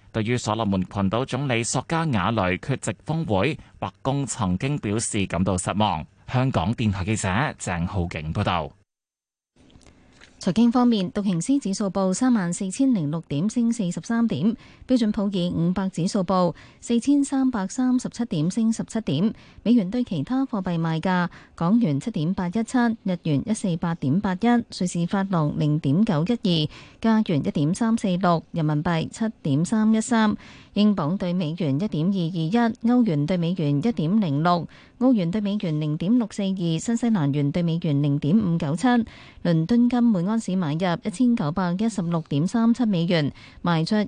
對於所羅門群島總理索加瓦雷缺席峰會，白宮曾經表示感到失望。香港電台記者鄭浩景報道。 財經方面，道瓊斯指數報34,006點，升43點；標準普爾500指數報4,337點，升17點。美元對其他貨幣賣價：港元7.817，日元148.81，瑞士法郎0.912，加元1.346，人民幣7.313，英鎊對美元1.221，歐元對美元1.06，澳元對美元0.642，新西蘭元對美元0.597。倫敦金每安士買入1916.37美元，賣出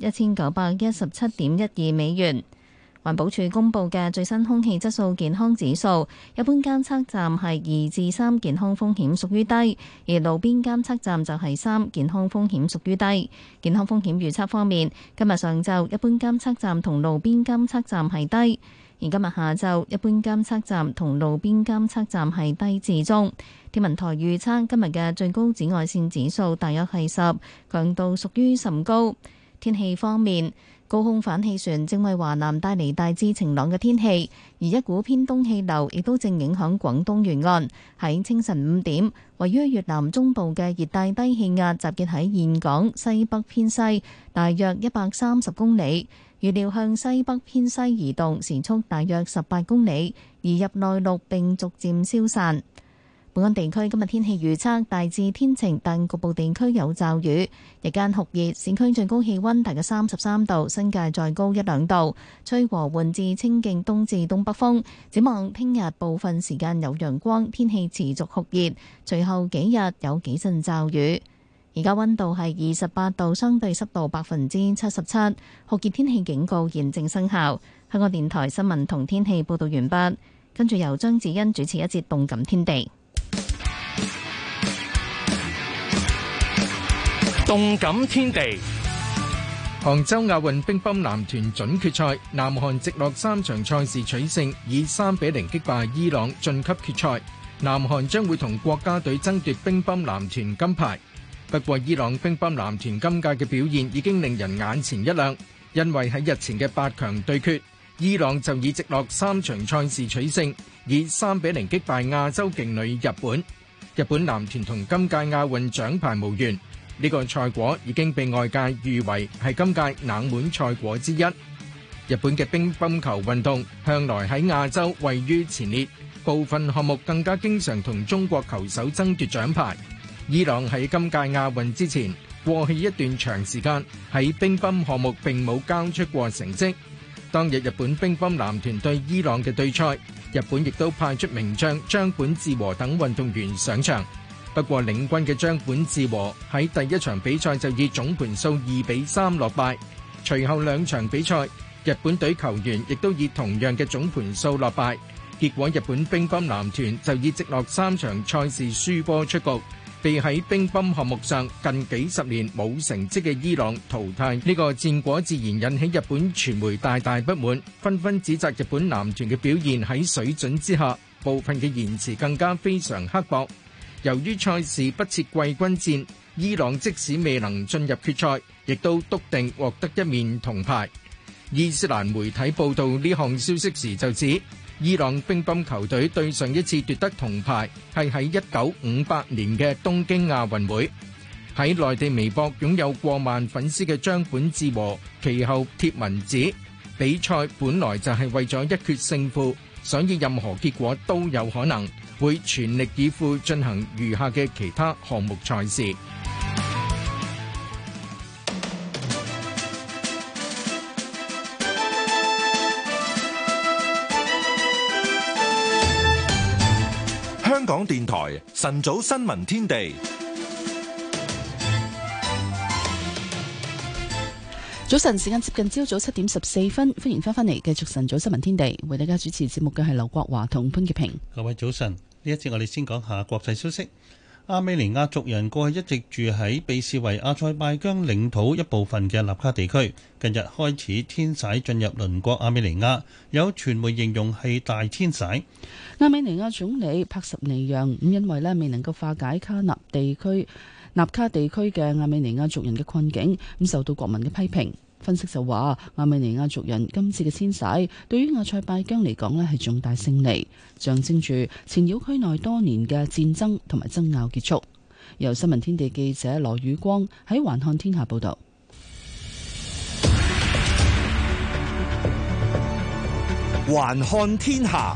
1917.12美元。環保署公布嘅最新空氣質素健康指數，一般監測站係2至3，健康風險屬於低；而路邊監測站就係3，健康風險屬於低。健康風險預測方面，今日上晝一般監測站同路邊監測站係低，而今日下晝一般監測站同路邊監測站係低至中。天文台預測今日嘅最高紫外線指數大約係10，強度屬於甚高。天氣方面，高空反氣旋正為華南帶嚟大致晴朗嘅天氣，而一股偏東氣流亦都正影響廣東沿岸。喺清晨5點，位於越南中部嘅熱帶低氣壓集結喺峴港西北偏西，大約130公里，預料向西北偏西移動，時速大約18公里，移入內陸並逐漸消散。本港地區今日天氣預測大致天晴，但局部地區有驟雨。日間酷熱，市區最高氣溫大約33度，新界再高1-2度，吹和緩至清勁東至東北風。展望聽日部分時間有陽光，天氣持續酷熱，隨後幾日有幾陣驟雨。而家溫度係28度，相對濕度77%，酷熱天氣警告現正生效。香港電台新聞同天氣報道完畢，跟住由張子欣主持一節動感天地。 動感天地，杭州亞運乒乓男團準決賽，南韓直落3場賽事取勝，以3-0擊敗伊朗晉級決賽。南韓將會同國家隊爭奪乒乓男團金牌。不過伊朗乒乓男團今屆嘅表現已經令人眼前一亮，因為喺日前嘅8強對決，伊朗就以直落3場賽事取勝，以3-0擊敗亞洲勁旅日本。日本男團同今屆亞運獎牌無緣。呢個賽果已經被外界譽為係今屆冷門賽果之一。日本嘅乒乓球運動向來喺亞洲位於前列，部分項目更加經常同中國球手爭奪獎牌。伊朗喺今屆亞運之前，過去一段長時間喺乒乓項目並冇交出過成績。當日日本乒乓男團對伊朗嘅對賽，日本亦都派出名將張本智和等運動員上場。不過領軍嘅張本智和喺第一場比賽就以總盤數2-3落敗，隨後2場比賽，日本隊球員亦都以同樣嘅總盤數落敗，結果日本乒乓男團就以直落3場賽事輸波出局，被喺乒乓項目上近幾十年冇成績嘅伊朗淘汰。呢個戰果自然引起日本傳媒大大不滿，紛紛指責日本男團嘅表現喺水準之下，部分嘅言辭更加非常刻薄。由於賽事不設季軍戰，伊朗即使未能進入決賽，亦都篤定獲得一面銅牌。伊斯蘭媒體報道呢項消息時就指，伊朗乒乓球隊對上一次奪得銅牌係喺1958年嘅東京亞運會。喺內地微博擁有過萬粉絲嘅張本智和，其後貼文指，比賽本來就係為咗一決勝負，所以任何結果都有可能。會全力以赴進行餘下嘅其他項目賽事。 香港電台晨早新聞天地。 早晨，時間接近朝早7點14分，歡迎翻返嚟繼續晨早新聞天地，為大家主持節目嘅係劉國華同潘潔平。 各位早晨。呢一節我哋先講下國際消息。亞美尼亞族人過去一直住喺被視為阿塞拜疆領土一部分嘅納卡地區，近日開始遷徙進入鄰國亞美尼亞，有傳媒形容係大遷徙。 亞美尼亞總理帕什尼揚因為未能夠化解納卡地區嘅亞美尼亞族人嘅困境，受到國民嘅批評。 分析就話，亞美尼亞族人今次嘅遷徙對於阿塞拜疆嚟講咧係重大勝利，象徵住纏繞區內多年嘅戰爭同埋爭拗結束。由新聞天地記者羅宇光喺環看天下報道。 環看天下。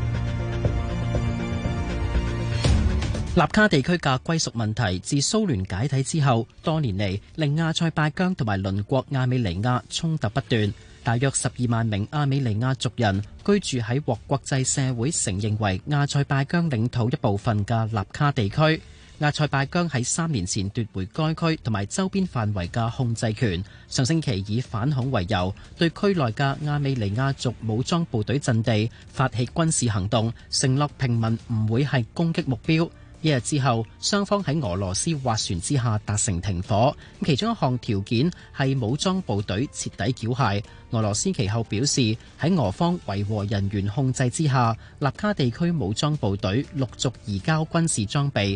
納卡地區嘅歸屬問題自蘇聯解體之後，多年嚟令阿塞拜疆同埋鄰國亞美尼亞衝突不斷。大約12萬名亞美尼亞族人居住喺獲國際社會承認為阿塞拜疆領土一部分嘅納卡地區。阿塞拜疆喺3年前奪回該區同埋周邊範圍嘅控制權。上星期以反恐為由，對區內嘅亞美尼亞族武裝部隊陣地發起軍事行動，承諾平民唔會係攻擊目標。一日之後，雙方喺俄羅斯斡旋之下達成停火，其中一項條件係武裝部隊徹底繳械。俄羅斯其後表示，喺俄方維和人員控制之下，納卡地區武裝部隊陸續移交軍事裝備。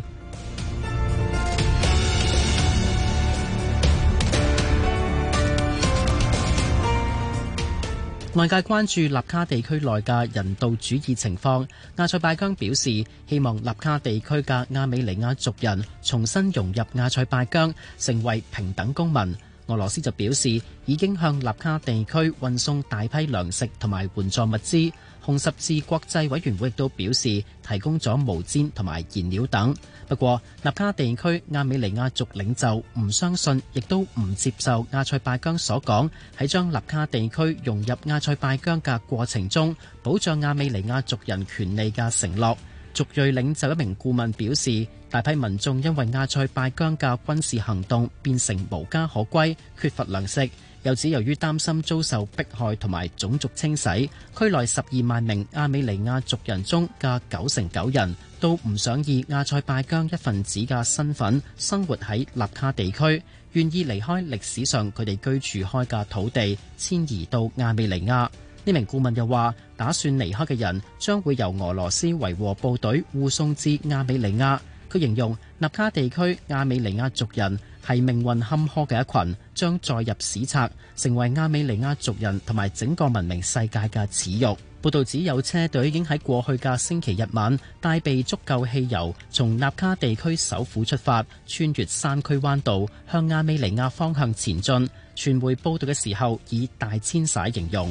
外界關注納卡地區內嘅人道主義情況。阿塞拜疆表示，希望納卡地區嘅亞美尼亞族人重新融入阿塞拜疆，成為平等公民。俄羅斯就表示，已經向納卡地區運送大批糧食同埋援助物資。紅十字國際委員會亦都表示，提供咗毛氈同埋燃料等。不過，納卡地區亞美尼亞族領袖唔相信，亦都唔接受阿塞拜疆所講喺將納卡地區融入阿塞拜疆嘅過程中，保障亞美尼亞族人權利嘅承諾。族裔領袖一名顧問表示，大批民眾因為阿塞拜疆嘅軍事行動變成無家可歸，缺乏糧食。又指由於擔心遭受迫害同埋種族清洗，區內12萬名亞美尼亞族人中嘅99%人都唔想以阿塞拜疆一份子嘅身份生活喺納卡地區，願意離開歷史上佢哋居住開嘅土地，遷移到亞美尼亞。呢名顧問又話，打算離開嘅人將會由俄羅斯維和部隊護送至亞美尼亞。佢形容納卡地區亞美尼亞族人係命運坎坷嘅一群，將載入史冊，成為亞美尼亞族人同埋整個文明世界嘅恥辱。報道指有車隊已經喺過去嘅星期日晚帶備足夠汽油，從納卡地區首府出發，穿越山區彎道，向亞美尼亞方向前進。傳媒報道嘅時候以大遷徙形容。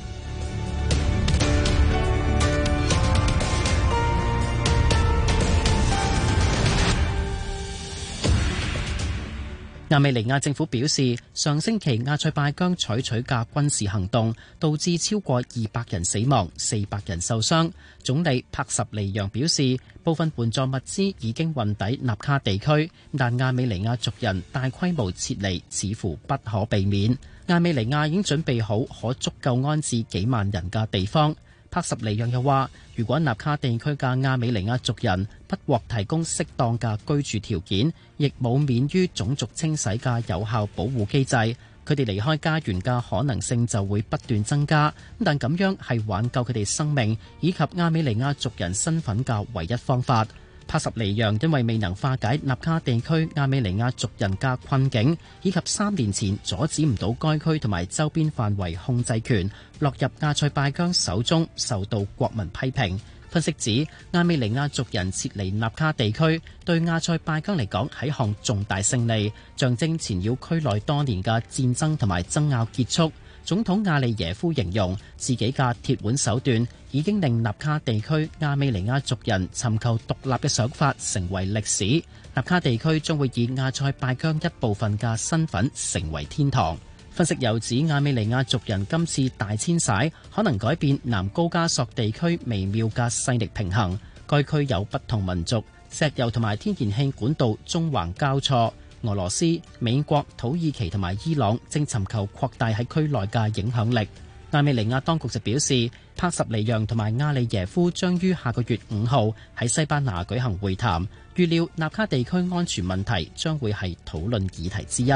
亞美尼亞政府表示，上星期阿塞拜疆採取嘅軍事行動導致超過200人死亡、400人受傷。總理帕什尼揚表示，部分援助物資已經運抵納卡地區，但亞美尼亞族人大規模撤離似乎不可避免。亞美尼亞已經準備好可足夠安置幾萬人嘅地方。帕什尼揚又話，如果納卡地區嘅亞美尼亞族人不獲提供適當嘅居住條件，亦冇免於種族清洗嘅有效保護機制，佢哋離開家園嘅可能性就會不斷增加。但咁樣係挽救佢哋生命以及亞美尼亞族人身份嘅唯一方法。帕什尼揚因為未能化解納卡地區亞美尼亞族人嘅困境，以及3年前阻止唔到該區同埋周邊範圍控制權落入阿塞拜疆手中，受到國民批評。分析指，亞美尼亞族人撤離納卡地區對阿塞拜疆嚟講係一項重大勝利，象徵纏繞區內多年嘅戰爭同埋爭拗結束。總統阿利耶夫形容自己嘅鐵腕手段已經令納卡地區亞美尼亞族人尋求獨立嘅想法成為歷史。納卡地區將會以阿塞拜疆一部分嘅身份成為天堂。分析又指，亞美尼亞族人今次大遷徙可能改變南高加索地區微妙嘅勢力平衡。該區有不同民族、石油同埋天然氣管道縱橫交錯。俄羅斯、美國、土耳其同埋伊朗正尋求擴大喺區內嘅影響力。亞美尼亞當局就表示，帕什尼揚同埋阿利耶夫將於下個月5號喺西班牙舉行會談，預料納卡地區安全問題將會係討論議題之一。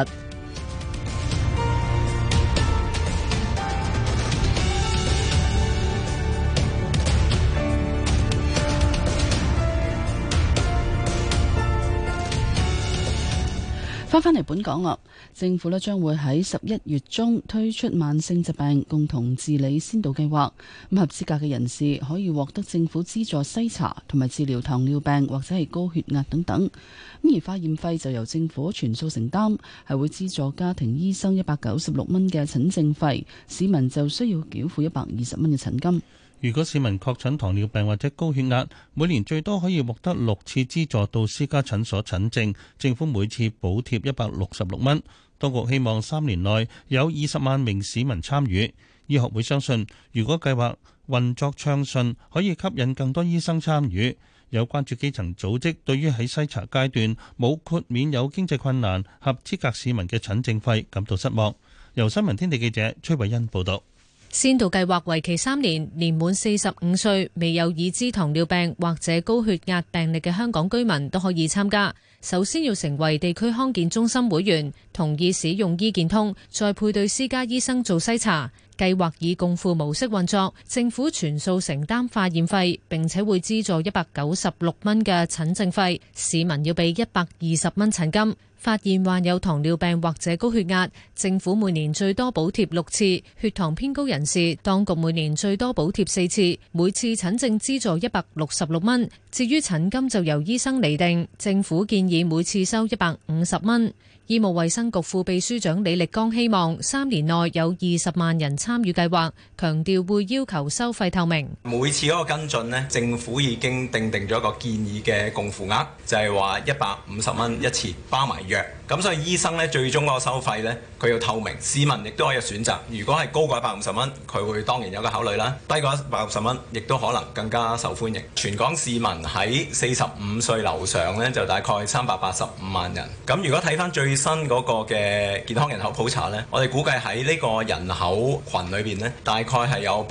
翻嚟本港啦，政府咧將會喺11月中推出慢性疾病共同治理先導計劃，咁合資格嘅人士可以獲得政府資助篩查同埋治療糖尿病或者係高血壓等等，咁而化驗費就由政府全數承擔，係會資助家庭醫生196蚊嘅診症費，市民就需要繳付120蚊嘅診金。 如果市民確診糖尿病或者高血壓，每年最多可以獲得6次資助到私家診所診症，政府每次補貼166蚊。當局希望3年內有20萬名市民參與。醫學會相信，如果計劃運作暢順，可以吸引更多醫生參與。有關注基層組織對於喺篩查階段冇豁免有經濟困難合資格市民嘅診症費感到失望。由新聞天地記者崔慧欣報道。 先導計劃為期3年，年滿45歲未有已知糖尿病或者高血壓病歷嘅香港居民都可以參加。首先要成為地區康健中心會員，同意使用醫健通，再配對私家醫生做篩查。計劃以共付模式運作，政府全數承擔化驗費，並且會資助196蚊嘅診症費，市民要俾120蚊診金。發現患有糖尿病或者高血壓，政府每年最多補貼6次；血糖偏高人士，當局每年最多補貼4次，每次診症資助166蚊。至於診金就由醫生釐定，政府建議每次收150蚊。醫務衛生局副秘書長李力剛希望3年內有20萬人參與計劃，強調會要求收費透明。 每次嗰個跟進呢，政府已經訂定咗一個建議嘅共付額，就係話150蚊一次，包埋藥。咁所以醫生呢，最終嗰個收費呢，佢要透明，市民亦都可以選擇。如果係高過150蚊，佢會當然有個考慮啦；低過150蚊，亦都可能更加受歡迎。全港市民喺45歲樓上呢，就大概385萬人。咁如果睇翻最新嗰個嘅健康人口普查呢，我哋估計喺呢個人口群裏邊呢，大概係有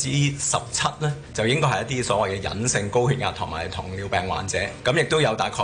17%呢，就應該係一啲所謂嘅隱性高血壓同埋糖尿病患者。咁亦都有大概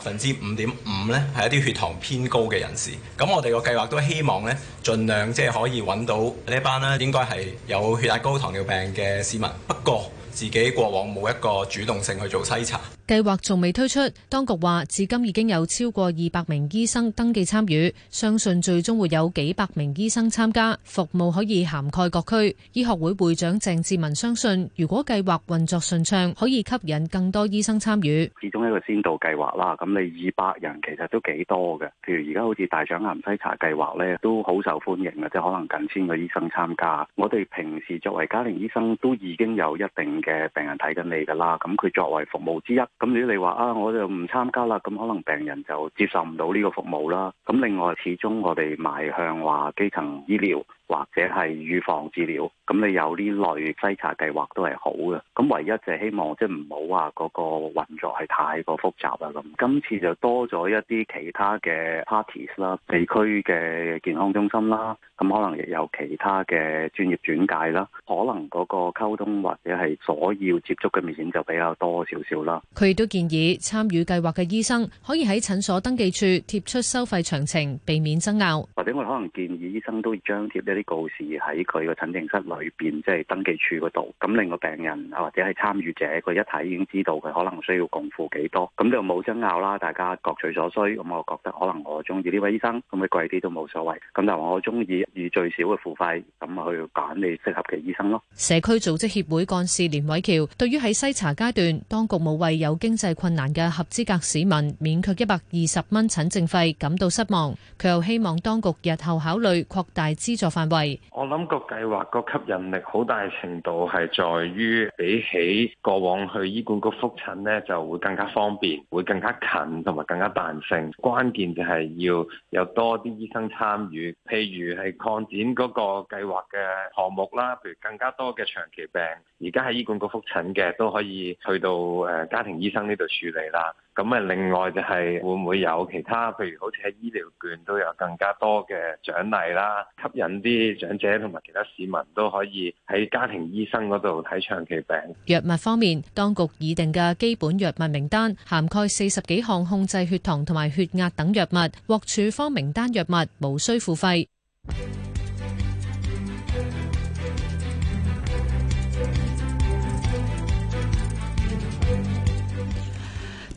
5.5%呢，係一啲血糖偏高嘅人士。咁我哋個計劃都希望呢，盡量即係可以揾到呢一班呢，應該係有血壓高、糖尿病嘅市民。不過自己過往冇一個主動性去做篩查。 計劃仲未推出，當局話至今已經有超過200名醫生登記參與，相信最終會有幾百名醫生參加，服務可以涵蓋各區。醫學會會長鄭志文相信，如果計劃運作順暢，可以吸引更多醫生參與。 始終一個先導計劃啦，咁你200人其實都幾多嘅。譬如而家好似大腸癌篩查計劃呢，都好受歡迎嘅，即係可能近1000個醫生參加。我哋平時作為家庭醫生都已經有一定嘅病人睇緊你㗎啦，咁佢作為服務之一。咁如果你話啊，我就唔參加啦，咁可能病人就接受唔到呢個服務啦。咁另外，始終我哋邁向話基層醫療或者係預防治療，咁你有呢類篩查計劃都係好嘅。咁唯一就係希望即係唔好話嗰個運作係太過複雜啦。咁今次就多咗一啲其他嘅 parties 啦，地區嘅健康中心啦，咁可能亦有其他嘅專業轉介啦，可能嗰個溝通或者係所要接觸嘅面就比較多少少啦。 佢亦都建議參與計劃嘅醫生可以喺診所登記處貼出收費詳情，避免爭拗。 或者我哋可能建議醫生都張貼一啲告示喺佢個診症室裏邊，即係登記處嗰度，咁令個病人或者係參與者，佢一睇已經知道佢可能需要共付幾多，咁就冇爭拗啦。大家各取所需。咁我覺得可能我中意呢位醫生，咁佢貴啲都冇所謂。咁但係我中意以最少嘅付費，咁去揀你適合嘅醫生咯。 社區組織協會幹事連偉橋對於喺篩查階段，當局冇為有經濟困難嘅合資格市民免卻120蚊診症費感到失望。佢又希望當局日後考慮擴大資助範圍。 我諗個計劃個吸引力好大程度係在於比起過往去醫管局復診呢，就會更加方便，會更加近同埋更加彈性。關鍵就係要有多啲醫生參與，譬如係擴展嗰個計劃嘅項目啦，譬如更加多嘅長期病，而家喺醫管局復診嘅都可以去到家庭醫生呢度處理啦。咁另外就係會唔會有其他，譬如好似喺醫療券都有更加多嘅獎勵啦，吸引啲長者同埋其他市民都可以喺家庭醫生嗰度睇長期病。 藥物方面，當局擬定嘅基本藥物名單涵蓋40幾項控制血糖同埋血壓等藥物，獲處方名單藥物無需付費。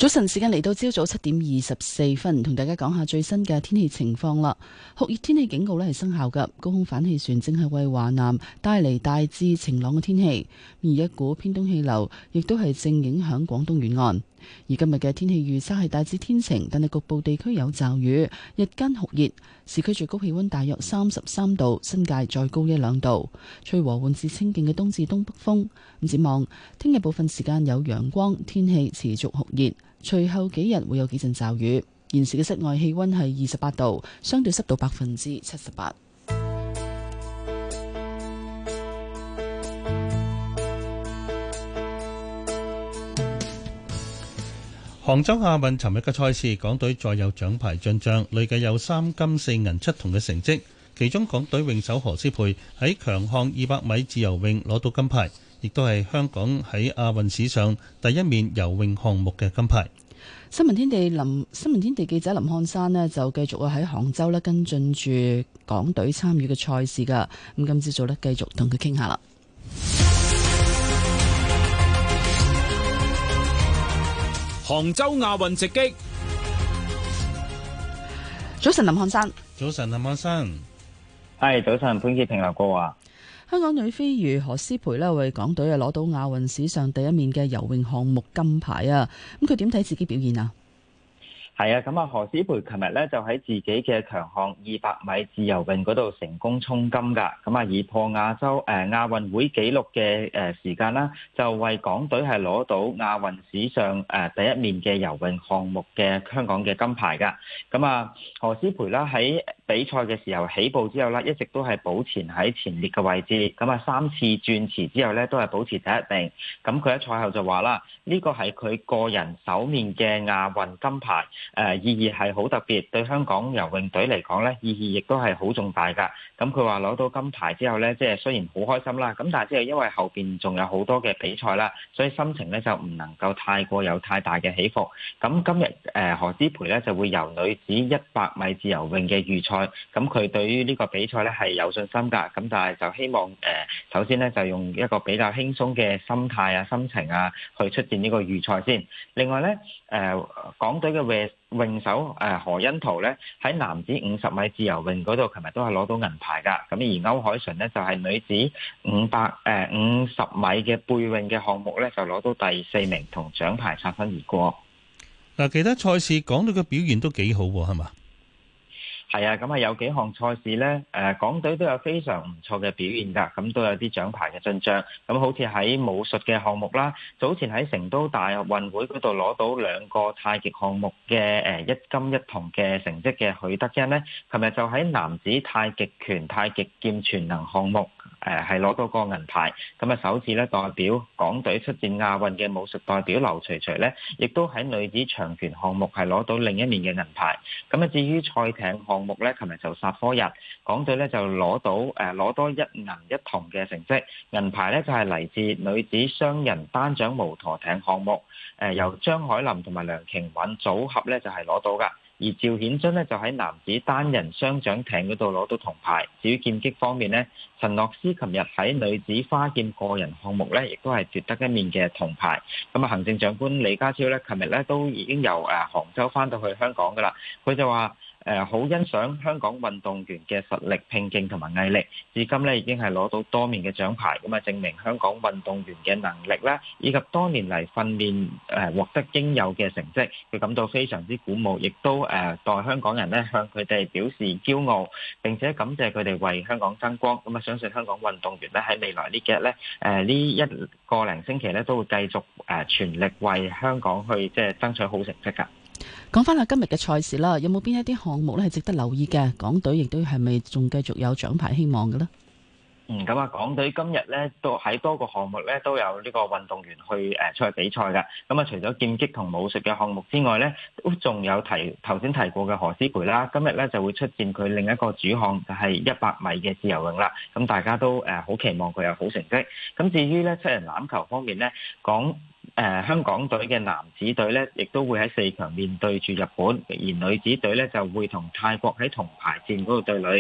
早晨時間嚟到朝早7:24，同大家講下最新嘅天氣情況啦。酷熱天氣警告呢係生效嘅，高空反氣旋正係為華南帶嚟大致晴朗嘅天氣，而一股偏東氣流亦都係正影響廣東沿岸。而今日嘅天氣預測係大致天晴，但係局部地區有驟雨，日間酷熱，市區最高氣溫大約33度，新界再高1-2度，吹和緩至清勁嘅東至東北風。咁展望聽日部分時間有陽光，天氣持續酷熱，隨後幾日會有幾陣驟雨。現時嘅室外氣溫係28度，相對濕度78%。 杭州亞運尋日嘅賽事，港隊再有獎牌進帳，累計有3金4銀7銅嘅成績。其中港隊泳手何詩蓓喺強項200米自由泳攞到金牌，亦都係香港喺亞運史上第一面游泳項目嘅金牌。 新聞天地記者林漢山呢就繼續喺杭州呢跟進住港隊參與嘅賽事㗎。咁今朝早呢繼續同佢傾下啦。 杭州亞運直擊。 早晨林漢山。 早晨林漢山。 係早晨潘潔平劉國華。 香港女飛魚何詩蓓呢為港隊攞到亞運史上第一面嘅游泳項目金牌啊！咁佢點睇自己表現啊？ 係啊，咁啊何詩蓓琴日咧就喺自己嘅強項200米自由泳嗰度成功衝金噶，咁啊以破亞運會紀錄嘅時間啦，就為港隊係攞到亞運史上第一面嘅游泳項目嘅香港嘅金牌噶。咁啊何詩蓓啦喺比賽嘅時候起步之後啦，一直都係保持喺前列嘅位置，咁啊3次轉池之後咧都係保持第一名。咁佢喺賽後就話啦，呢個係佢個人首面嘅亞運金牌。意義係好特別，對香港游泳隊嚟講咧，意義亦都係好重大㗎。咁佢話攞到金牌之後咧，即係雖然好開心啦，咁但係即係因為後邊仲有好多嘅比賽啦，所以心情咧就唔能夠太過有太大嘅起伏。咁今日何詩蓓咧就會游女子100米自由泳嘅預賽，咁佢對於呢個比賽咧係有信心㗎。咁但係就希望首先咧就用一個比較輕鬆嘅心態啊、心情啊去出戰呢個預賽先。另外咧港隊嘅泳手何甄陶咧喺男子50米自由泳嗰度，琴日都係攞到銀牌㗎。咁而歐鎧淳呢，就係女子50米嘅背泳嘅項目咧就攞到第4名，同獎牌擦身而過。 嗱，其他賽事港隊嘅表現都幾好喎，係嘛？ 係啊，咁啊有幾項賽事呢，港隊都有非常唔錯嘅表現㗎，咁都有啲獎牌嘅進帳。咁好似喺武術嘅項目啦，早前喺成都大運會嗰度攞到2個太極項目嘅1金1銅嘅成績嘅許德恩呢，琴日就喺男子太極拳、太極劍全能項目係攞到個銀牌。咁啊首次咧代表港隊出戰亞運嘅武術代表劉徐徐呢，亦都喺女子長拳項目係攞到另一面嘅銀牌。咁啊至於賽艇項目咧，琴日就煞科日，港隊咧就攞多1銀1銅嘅成績。銀牌咧就係嚟自女子雙人單槳無舵艇項目，由張海林同埋梁瓊韻組合咧就係攞到噶。而趙顯津呢，就喺男子單人雙槳艇嗰度攞到銅牌。至於劍擊方面呢，陳諾斯琴日喺女子花劍個人項目咧，亦都係奪得一面嘅銅牌。咁啊，行政長官李家超咧，琴日咧都已經由杭州翻到去香港噶啦。佢就話好欣賞香港運動員嘅實力、拼勁同埋毅力，至今咧已經係攞到多面嘅獎牌，咁啊證明香港運動員嘅能力啦，以及多年嚟訓練獲得應有嘅成績，佢感到非常之鼓舞，亦都代香港人咧向佢哋表示驕傲，並且感謝佢哋為香港爭光。咁啊，相信香港運動員咧喺未來呢幾日咧，呢1個零星期咧都會繼續全力為香港去即係爭取好成績㗎。 講翻下今日嘅賽事啦，有冇邊一啲項目咧係值得留意嘅？港隊亦都係咪仲繼續有獎牌希望嘅呢？ 咁啊，港隊今日咧都喺多個項目咧都有呢個運動員去出去比賽嘅。咁啊，除咗劍擊同武術嘅項目之外咧，都仲有頭先提過嘅何詩蓓啦。今日咧就會出戰佢另一個主項，就係100米嘅自由泳啦。咁大家都好期望佢有好成績。咁至於咧7人欖球方面咧，香港隊嘅男子隊咧，亦都會喺4強面對住日本，而女子隊咧就會同泰國喺銅牌戰嗰度對壘。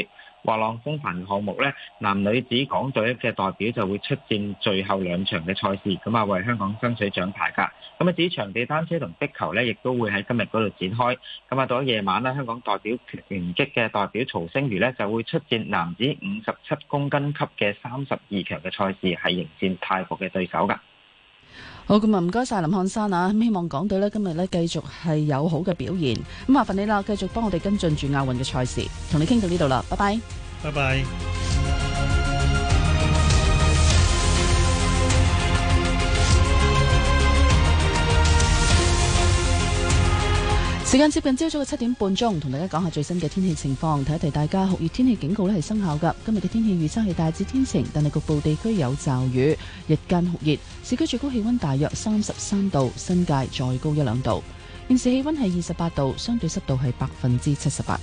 滑浪風帆項目咧，男女子港隊嘅代表就會出戰最後2場嘅賽事，咁啊為香港爭取獎牌㗎。咁啊至於場地單車同壁球咧，亦都會喺今日嗰度展開。咁啊到咗夜晚啦，香港代表拳擊嘅代表曹星如咧就會出戰男子57公斤級嘅32強嘅賽事，係迎戰泰國嘅對手㗎。 好，咁啊唔該晒林漢山啊，希望港隊呢今日呢繼續係有好嘅表現。咁麻煩你啦，繼續幫我哋跟進住亞運嘅賽事，同你傾到呢度啦，拜拜。 拜拜。 時間接近朝早嘅7點半鐘，同大家講下最新嘅天氣情況。提一提大家，酷熱天氣警告呢係生效㗎。今日嘅天氣預測係大致天晴，但係局部地區有驟雨。日間酷熱，市區最高氣溫大約33度，新界再高1-2度。現時氣溫係28度，相對濕度係78%。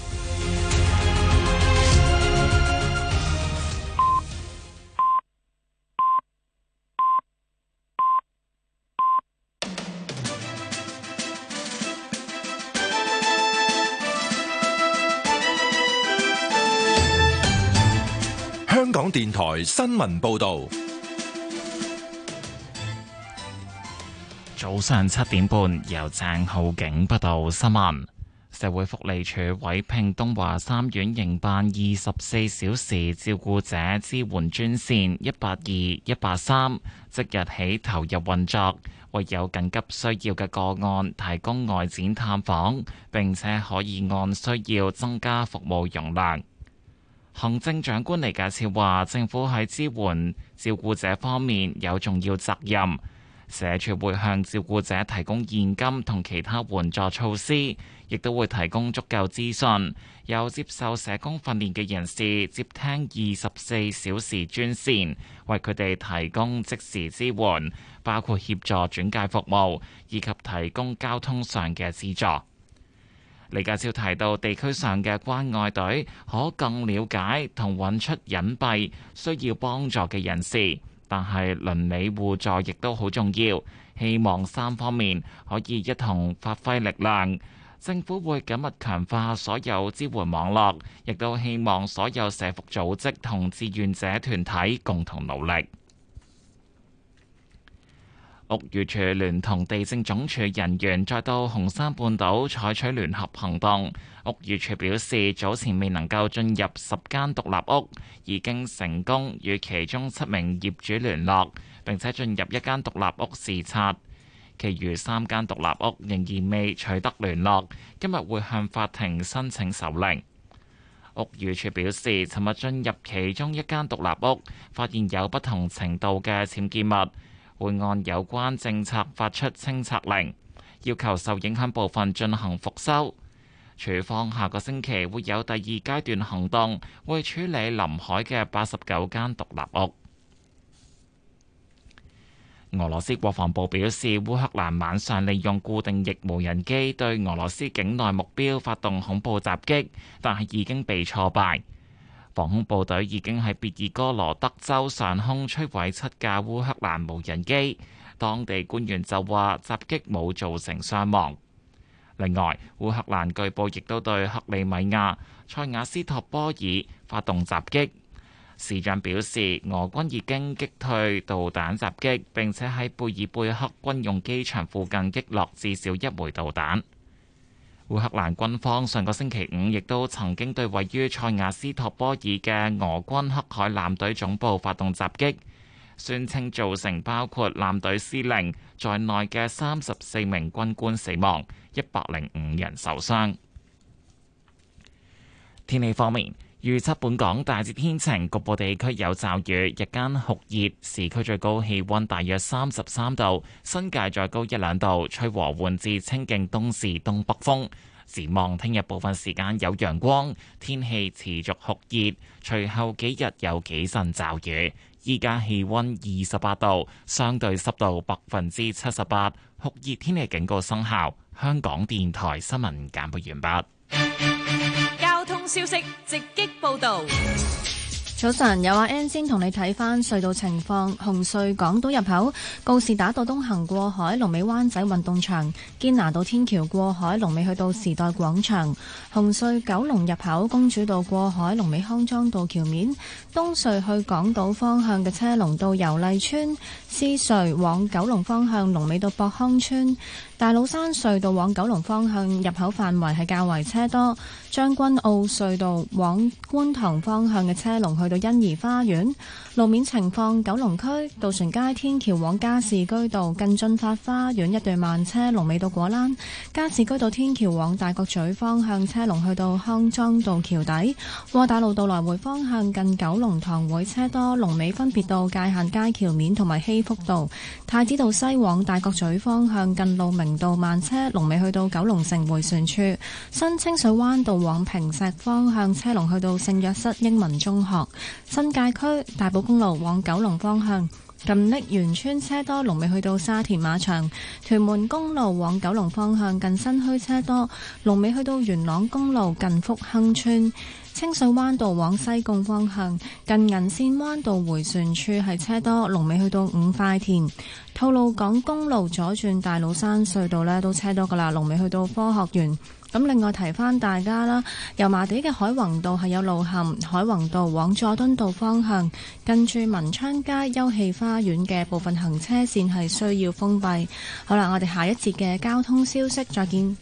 香港電台新聞報道， 早上7點半由鄭浩景報道新聞。社會福利署委聘東華三院營辦24小時照顧者支援專線182-183，即日起投入運作，為有緊急需要嘅個案提供外展探訪，並且可以按需要增加服務容量。行政長官李家超話，政府喺支援照顧者方面有重要責任，社署會向照顧者提供現金同其他援助措施，亦都會提供足夠資訊，有接受社工訓練嘅人士接聽24小時專線，為佢哋提供即時支援，包括協助轉介服務以及提供交通上嘅資助。李家超提到，地區上嘅關愛隊可更了解同揾出隱蔽需要幫助嘅人士，但係鄰里互助亦都好重要。希望3方面可以一同發揮力量。政府會緊密強化所有支援網絡，亦都希望所有社福組織同志願者團體共同努力。屋宇署聯同地政總署人員再到紅山半島採取聯合行動。屋宇署表示，早前未能夠進入10間獨立屋，已經成功與其中7名業主聯絡，並且進入1間獨立屋視察。其餘3間獨立屋仍然未取得聯絡，今日會向法庭申請手令。屋宇署表示，尋日進入其中1間獨立屋，發現有不同程度嘅僭建物。會按有關政策發出清拆令，要求受影響部分進行復修。署方下個星期會有第2階段行動，會處理臨海嘅89間獨立屋。俄羅斯國防部表示，烏克蘭晚上利用固定翼無人機對俄羅斯境內目標發動恐怖襲擊，但係已經被挫敗。防空部隊已經喺別爾哥羅德州上空摧毀7架烏克蘭無人機，當地官員就話襲擊冇造成傷亡。另外，烏克蘭據報亦都對克里米亞、塞瓦斯托波爾發動襲擊。市長表示，俄軍已經擊退導彈襲擊，並且喺貝爾貝克軍用機場附近擊落至少1枚導彈。烏克蘭軍方上個星期5亦都曾經對位於塞瓦斯托波爾嘅俄軍黑海艦隊總部發動襲擊，宣稱造成包括艦隊司令在內嘅34名軍官死亡，105人受傷。天氣方面，預測本港大致天晴，局部地區有驟雨，日間酷熱，市區最高氣溫大約33度，新界再高1-2度，吹和緩至清勁東至東北風。展望聽日部分時間有陽光，天氣持續酷熱，隨後幾日有幾陣驟雨。依家氣溫28度，相對濕度78%，酷熱天氣警告生效。香港電台新聞簡報完畢。 交通消息直擊報道。 早晨，有阿 N 先同你睇翻隧道情況。紅隧港島入口告士打道東行過海，龍尾灣仔運動場；堅拿道天橋過海，龍尾去到時代廣場。紅隧九龍入口公主道過海，龍尾康莊道橋面。東隧去港島方向嘅車龍到油麗邨。獅隧往九龍方向龍尾到博康村。大老山隧道往九龍方向入口範圍係較為車多。將軍澳隧道往觀塘方向嘅車龍去到欣怡花園。路面情況，九龍區渡船街天橋往加士居道近駿發花園一段慢車，龍尾到果欄。加士居道天橋往大角咀方向車龍去到康莊道橋底。窩打老道來回方向近九龍塘會車多，龍尾分別到界限街橋面同埋禧福道。太子道西往大角咀方向近路明道慢車，龍尾去到九龍城迴旋處。新清水灣道往坪石方向車龍去到聖約瑟英文中學。新界區大埔公路往九龍方向近瀝源村車多，龍尾去到沙田馬場。屯門公路往九龍方向近新墟車多，龍尾去到元朗公路近福亨村。清水灣道往西貢方向近銀線灣道迴旋處係車多，龍尾去到五塊田。吐露港公路左轉大老山隧道呢都車多噶啦，龍尾去到科學園。咁另外提翻大家啦，油麻地嘅海泓道係有路陷，海泓道往佐敦道方向近住文昌街休憩花園嘅部分行車線係需要封閉。好啦，我哋下一節嘅交通消息再見。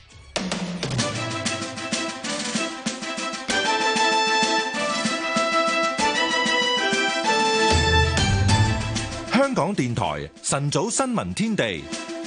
香港電台晨早新聞天地。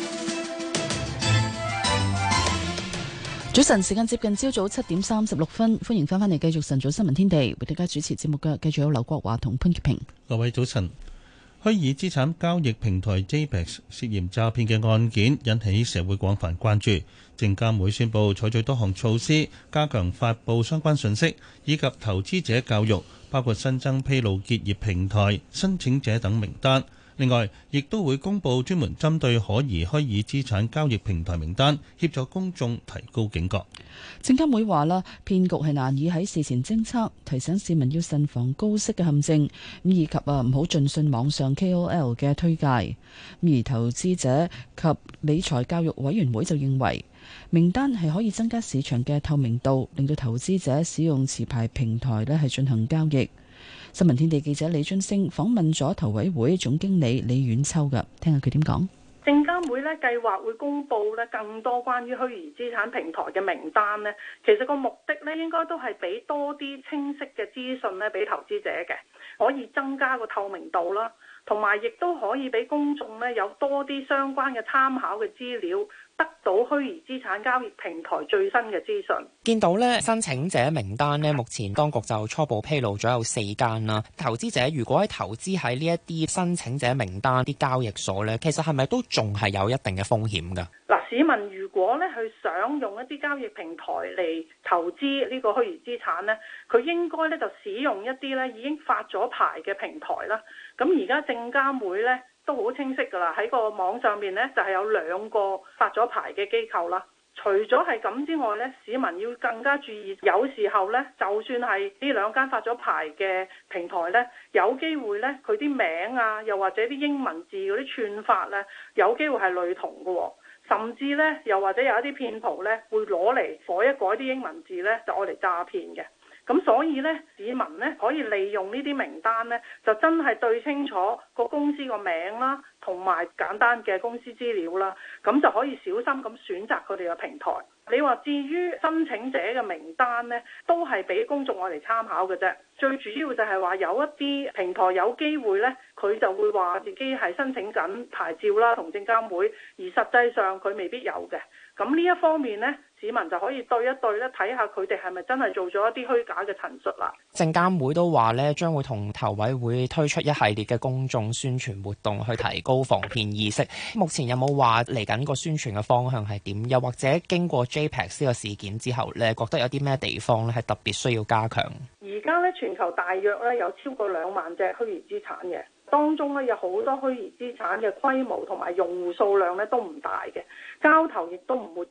早晨，時間接近朝早7:36，歡迎翻返嚟繼續晨早新聞天地，為大家主持節目嘅繼續有劉國華同潘潔平。 各位早晨。虛擬資產交易平台 JPEX 涉嫌詐騙嘅案件引起社會廣泛關注，證監會宣布採取多項措施，加強發布相關信息，以及投資者教育，包括新增披露結業平台申請者等名單。另外，亦都會公布專門針對可疑虛擬資產交易平台名單，協助公眾提高警覺。 證監會話啦，騙局係難以喺事前偵測，提醒市民要慎防高息嘅陷阱，以及唔好盡信網上 KOL 嘅推介。而投資者及理財教育委員會就認為，名單係可以增加市場嘅透明度，令到投資者使用持牌平台係進行交易。新聞天地記者李津升訪問咗投委會總經理李婉秋㗎，聽下佢點講。 證監會計劃會公布更多關於虛擬資產平台嘅名單。其實個目的應該都係俾多啲清晰嘅資訊俾投資者嘅，可以增加個透明度啦，同埋亦都可以俾公眾有多啲相關嘅參考嘅資料，得到虛擬資產交易平台最新嘅資訊。 見到申請者名單目前當局就初步披露咗有4間啦。投資者如果喺投資喺呢一啲申請者名單啲交易所其實係咪都仲係有一定嘅風險㗎？ 嗱，市民如果去想用一啲交易平台嚟投資呢個虛擬資產佢應該就使用一啲已經發咗牌嘅平台啦。咁而家證監會都好清晰㗎啦，喺個網上面就係有2個發咗牌嘅機構啦。除咗係咁之外市民要更加注意，有時候就算係呢2間發咗牌嘅平台有機會佢啲名啊，又或者啲英文字嗰啲串法有機會係類同嘅，甚至又或者有一啲騙徒會攞嚟改一改啲英文字就愛嚟詐騙嘅。咁所以市民可以利用呢啲名單就真係對清楚個公司個名啦，同埋簡單嘅公司資料啦，咁就可以小心咁選擇佢哋嘅平台。你話至於申請者嘅名單都係俾公眾愛嚟參考嘅啫。最主要就係話有一啲平台有機會佢就會話自己係申請緊牌照啦，同證監會，而實際上佢未必有嘅。咁呢一方面市民就可以對一對睇下佢哋係咪真係做咗一啲虛假嘅陳述啦。 證監會都話將會同投委會推出一系列嘅公眾宣傳活動，去提高防騙意識。目前有冇話嚟緊個宣傳嘅方向係點？又或者經過 JPEX 呢個事件之後覺得有啲咩地方係特別需要加強？ 而家全球大約有超過2萬隻虛擬資產嘅，當中有好多虛擬資產嘅規模同埋用戶數量都唔大嘅，交投亦都唔活躍。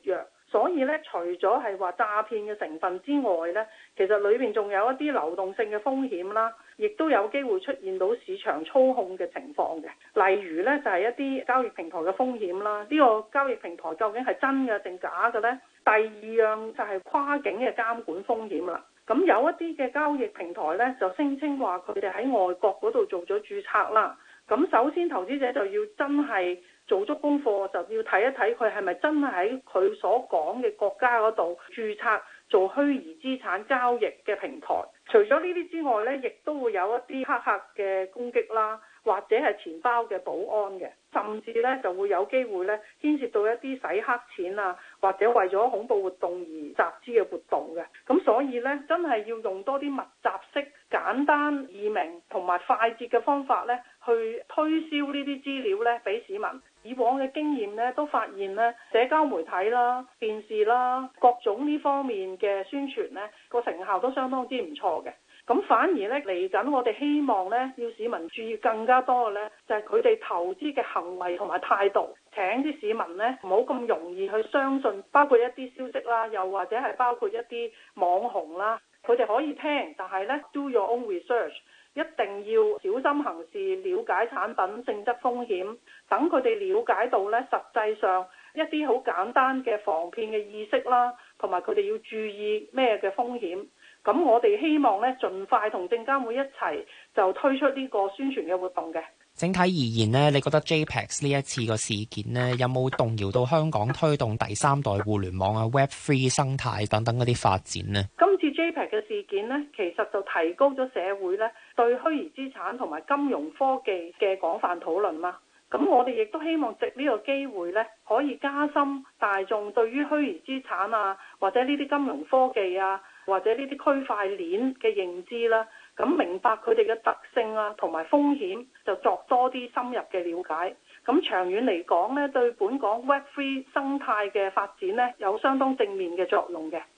所以咧，除咗係話詐騙嘅成分之外咧，其實裏邊仲有一啲流動性嘅風險啦，亦都有機會出現到市場操控嘅情況嘅。例如咧，就係一啲交易平台嘅風險啦，呢個交易平台究竟係真嘅定假嘅咧？第二樣就係跨境嘅監管風險啦。咁有一啲嘅交易平台咧，就聲稱話佢哋喺外國嗰度做咗註冊啦。咁首先投資者就要真係做足功課，就要睇一睇佢係咪真係喺佢所講嘅國家嗰度註冊做虛擬資產交易嘅平台。除咗呢啲之外呢，亦都會有一啲黑客嘅攻擊啦，或者係錢包嘅保安嘅，甚至呢就會有機會呢牽涉到一啲洗黑錢啊，或者為咗恐怖活動而集資嘅活動嘅。咁所以呢，真係要用多啲密集式、簡單易明同埋快捷嘅方法呢，去推銷呢啲資料呢俾市民。以往嘅經驗呢，都發現呢，社交媒體啦、電視啦，各種呢方面嘅宣傳呢，個成效都相當之唔錯嘅。咁反而呢，嚟緊我哋希望呢，要市民注意更加多嘅呢，就係佢哋投資嘅行為同埋態度。請啲市民呢，唔好咁容易去相信，包括一啲消息啦，又或者係包括一啲網紅啦，佢哋可以聽，但係呢 do your own research。一定要小心行事，了解產品性質風險，等佢哋了解到咧實際上一啲好簡單嘅防騙嘅意識啦，同埋佢哋要注意咩嘅風險。咁我哋希望咧盡快同證監會一齊就推出呢個宣傳嘅活動嘅。 整體而言呢，你覺得 JPEX 呢一次個事件呢，有冇動搖到香港推動第三代互聯網啊、Web3 生態等等嗰啲發展呢？ 今次 JPEX 嘅事件呢，其實就提高咗社會呢對虛擬資產同埋金融科技嘅廣泛討論啦。咁我哋亦都希望藉呢個機會呢，可以加深大眾對於虛擬資產啊，或者呢啲金融科技啊，或者呢啲區塊鏈嘅認知啦。咁明白佢哋嘅特性啊，同埋風險，就作多啲深入嘅了解。咁長遠嚟講呢，對本港 Web3 生態嘅發展呢，有相當正面嘅作用嘅。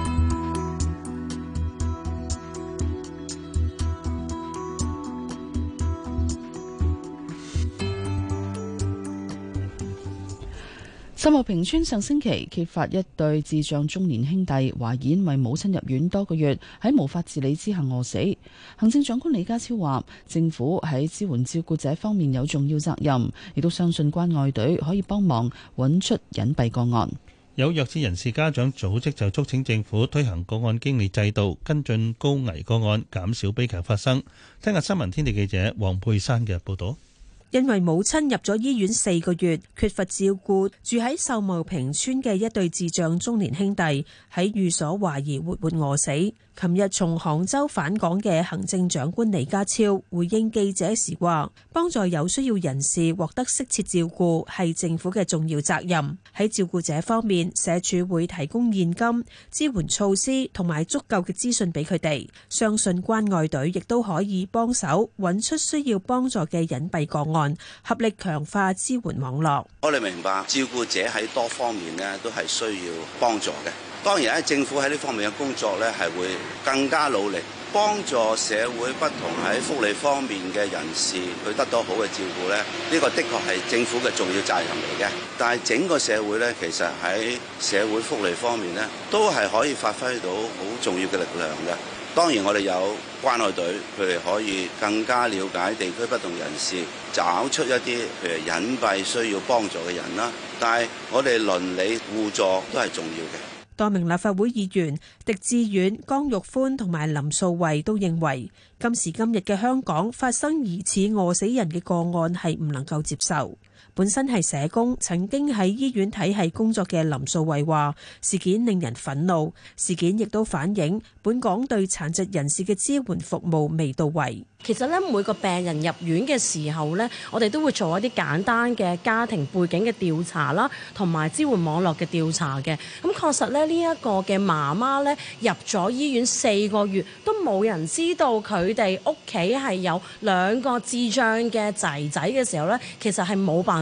秀茂坪村上星期揭發一對智障中年兄弟懷疑因為母親入院多個月，喺無法自理之下餓死。行政長官李家超話，政府喺支援照顧者方面有重要責任，亦都相信關愛隊可以幫忙揾出隱蔽個案。 有弱智人士家長組織就促請政府推行個案經理制度，跟進高危個案，減少悲劇發生。聽下新聞天地記者黃佩珊嘅報導。 因為母親入咗醫院4個月，缺乏照顧，住喺秀茂坪村嘅一對智障中年兄弟喺寓所懷疑活活餓死。琴日從杭州返港嘅行政長官李家超回應記者時話，幫助有需要人士獲得適切照顧係政府嘅重要責任。喺照顧者方面，社署會提供現金、支援措施同埋足夠嘅資訊俾佢哋。相信關愛隊亦都可以幫手揾出需要幫助嘅隱蔽個案，合力強化支援網絡。 我哋明白照顧者喺多方面呢都係需要幫助嘅。當然喺政府喺呢方面嘅工作呢係會更加努力，幫助社會不同喺福利方面嘅人士，佢得到好嘅照顧呢，呢個的確係政府嘅重要責任嚟嘅。但係整個社會呢，其實喺社會福利方面呢，都係可以發揮到好重要嘅力量嘅。當然我哋有關愛隊，佢哋可以更加了解地區不同人士，找出一啲譬如隱蔽需要幫助嘅人啦。但係我哋鄰里互助都係重要嘅。 多名立法會議員狄志遠、江玉歡同埋林素慧都認為，今時今日嘅香港發生疑似餓死人嘅個案係唔能夠接受。本身係社工，曾經喺醫院體系工作嘅林素慧話，事件令人憤怒，事件亦都反映本港對殘疾人士嘅支援服務未到位。 其實咧，每個病人入院嘅時候咧，我哋都會做一啲簡單嘅家庭背景嘅調查啦，同埋支援網絡嘅調查嘅。咁確實咧，呢一個嘅媽媽咧入咗醫院4個月，都冇人知道佢哋屋企係有2個智障嘅仔仔嘅時候咧，其實係冇辦法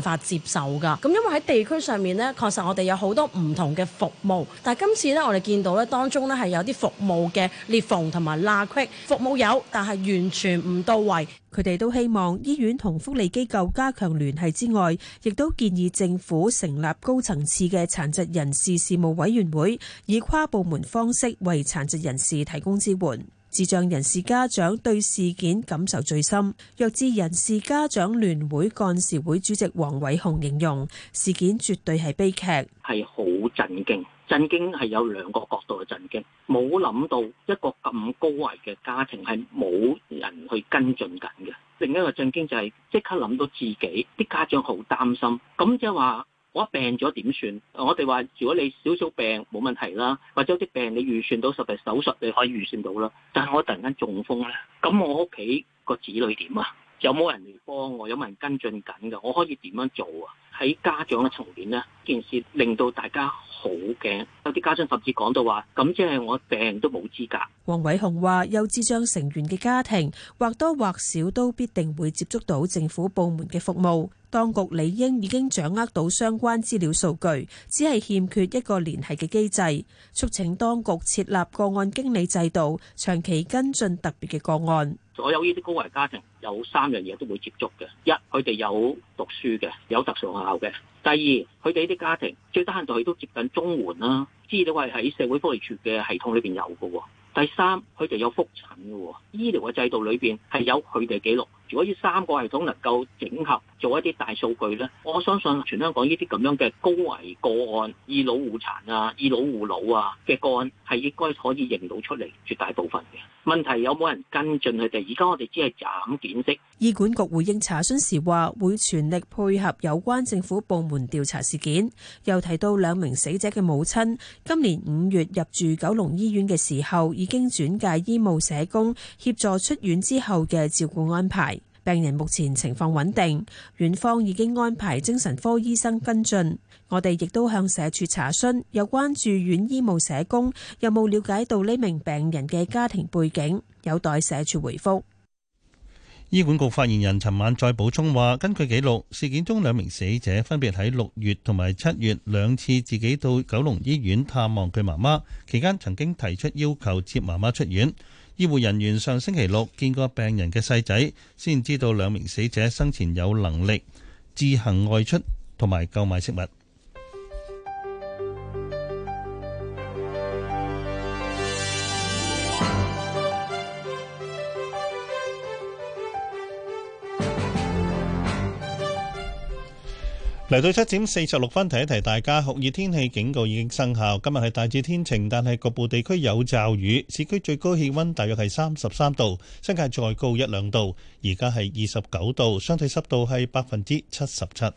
法接受㗎。咁因為喺地區上面呢，確實我哋有好多唔同嘅服務，但係今次呢，我哋見到呢當中呢係有啲服務嘅裂縫同埋罅隙，服務有，但係完全唔到位。 佢哋都希望醫院同福利機構加強聯繫之外，亦都建議政府成立高層次嘅殘疾人士事務委員會，以跨部門方式為殘疾人士提供支援。智障人士家長對事件感受最深，弱智人士家長聯會幹事會主席黃偉雄形容事件絕對係悲劇， 係好震驚。震驚係有兩個角度嘅震驚，冇諗到一個咁高危嘅家庭係冇人去跟進緊嘅。另一個震驚就係即刻諗到自己啲家長好擔心，咁即係話我一病咗點算？我哋話如果你少少病冇問題啦，或者有啲病你預算到實際手術你可以預算到啦，但係我突然間中風咧，咁我屋企個子女點啊？有冇人嚟幫我？有冇人跟進緊㗎？我可以點樣做啊？喺家長嘅層面呢，件事令到大家好驚，有啲家長甚至講到話，咁即係我病都冇資格。 黃偉雄話：有智障成員嘅家庭，或多或少都必定會接觸到政府部門嘅服務。當局理應已經掌握到相關資料數據，只係欠缺一個聯繫嘅機制。促請當局設立個案經理制度，長期跟進特別嘅個案。 所有呢啲高危家庭有3樣嘢都會接觸嘅：一，佢哋有讀書嘅，有特殊學校嘅；第二，佢哋呢啲家庭最低限度佢都接近綜援啦，資料係喺社會福利署嘅系統裏邊有嘅喎。第三，佢哋有覆診嘅喎，醫療嘅制度裏邊係有佢哋記錄。如果呢3個系統能夠整合做一啲大數據呢，我相信全香港呢啲咁樣嘅高危個案，以老護殘啊、以老護老啊嘅個案，係應該可以認到出嚟，絕大部分嘅問題有冇人跟進佢哋？而家我哋只係斬件式。 醫管局回應查詢時話，會全力配合有關政府部門調查事件。又提到2名死者嘅母親，今年5月入住九龍醫院嘅時候，已經轉介醫務社工協助出院之後嘅照顧安排。病人目前情況穩定，院方已經安排精神科醫生跟進。我哋亦都向社署查詢有關住院醫務社工有冇了解到呢名病人嘅家庭背景，有待社署回覆。 醫管局發言人尋晚再補充話，根據記錄，事件中2名死者分別喺6月同埋7月2次自己到九龍醫院探望佢媽媽，期間曾經提出要求接媽媽出院。醫護人員上星期6見過病人嘅細仔，先知道2名死者生前有能力自行外出同埋購買食物。嚟到7點46分，提一提大家，酷熱天氣警告已經生效。今日係大致天晴，但係局部地區有驟雨。市區最高氣溫大約係33度，新界再高1-2度。而家係29度，相對濕度係77%。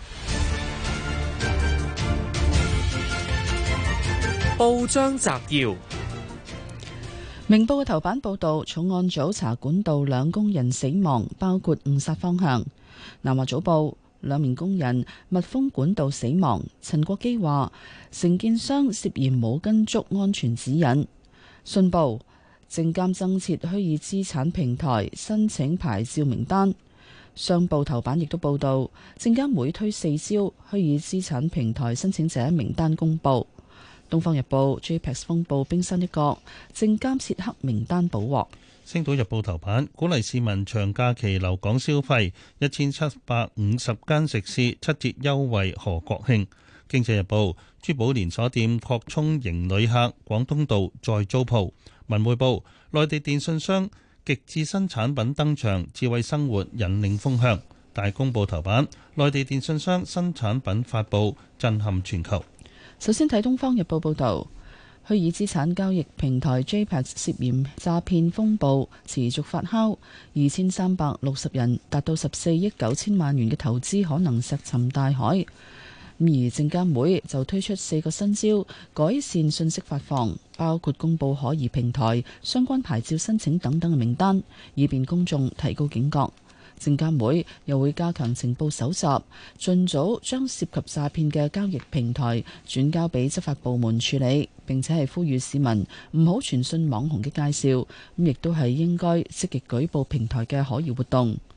報章摘要： 明報嘅頭版報道，重案組查管道2工人死亡，包括誤殺方向。南華早報2名工人密封管道死亡。陳國基話承建商涉嫌冇跟足安全指引。信報證監增設虛擬資產平台申請牌照名單。商報頭版亦都報道證監會推4招虛擬資產平台申請者名單公佈。東方日報 JPEX 風暴冰山一角，證監設黑名單補鑊。 星島日報頭版鼓勵市民長假期留港消費，1750間食肆7折優惠賀國慶。經濟日報珠寶連鎖店擴充迎旅客，廣東道再租鋪。文匯報內地電信商極致新產品登場，智慧生活引領風向。大公報頭版內地電信商新產品發佈，震撼全球。 首先睇東方日報報導。虛擬資產交易平台 JPEX 涉嫌詐騙風暴持續發酵，2360人達到14億9千萬元嘅投資可能石沉大海。而證監會就推出4個新招，改善信息發放，包括公佈可疑平台、相關牌照申請等等嘅名單，以便公眾提高警覺。證監會又會加強情報搜集，盡早將涉及詐騙嘅交易平台轉交俾執法部門處理，並且係呼籲市民唔好傳信網紅嘅介紹，咁亦都係應該積極舉報平台嘅可疑活動。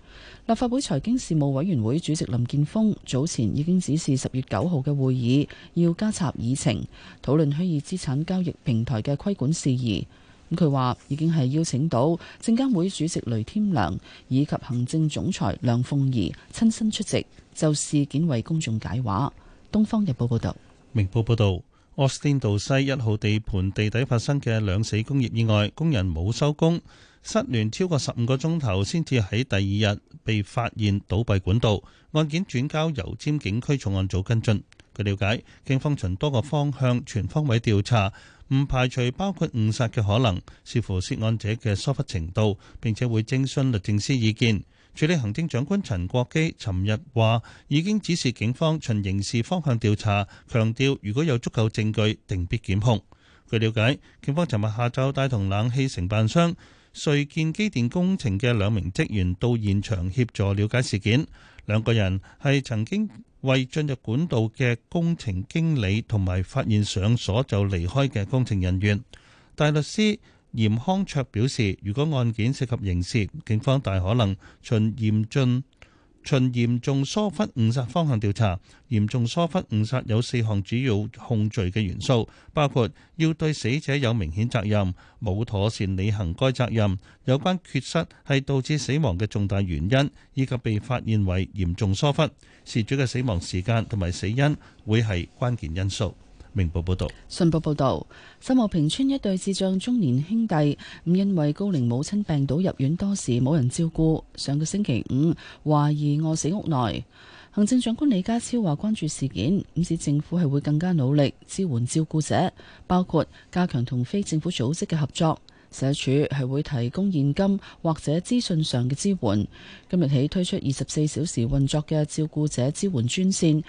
立法會財經事務委員會主席林健鋒早前已經指示10月9號嘅會議要加插議程，討論虛擬資產交易平台嘅規管事宜。佢話已經係邀請到證監會主席雷添良以及行政總裁梁鳳儀親身出席，就事件為公眾解話。《東方日報》報道。 明報報道，柯士甸道西1號地盤地底發生嘅兩死工業意外，工人冇收工，失聯超過15個鐘頭，先至喺第二日被發現倒閉管道。案件轉交油尖警區重案組跟進。據了解，警方循多個方向全方位調查，唔排除包括誤殺嘅可能，視乎涉案者嘅疏忽程度，並且會徵詢律政司意見。署理行政長官陳國基尋日話，已經指示警方循刑事方向調查，強調如果有足夠證據，定必檢控。據了解，警方尋日下晝帶同冷氣承辦商瑞建機電工程嘅2名職員到現場協助了解事件。2個人係曾經為進入管道嘅工程經理同埋發現上鎖就離開嘅工程人員。大律師嚴康卓表示，如果案件涉及刑事，警方大可能循嚴重疏忽誤殺方向調查。嚴重疏忽誤殺有4項主要控罪嘅元素，包括要對死者有明顯責任，冇妥善履行該責任，有關缺失係導致死亡嘅重大原因，以及被發現為嚴重疏忽。事主嘅死亡時間同埋死因會係關鍵因素。明報報道。 信報報道，秀茂坪村一對智障中年兄弟因為高齡母親病倒入院多時冇人照顧，上個星期5懷疑餓死屋內。行政長官李家超話關注事件，指政府係會更加努力支援照顧者，包括加強同非政府組織嘅合作。社署係會提供現金或者資訊上嘅支援。今日起推出24小時運作嘅照顧者支援專線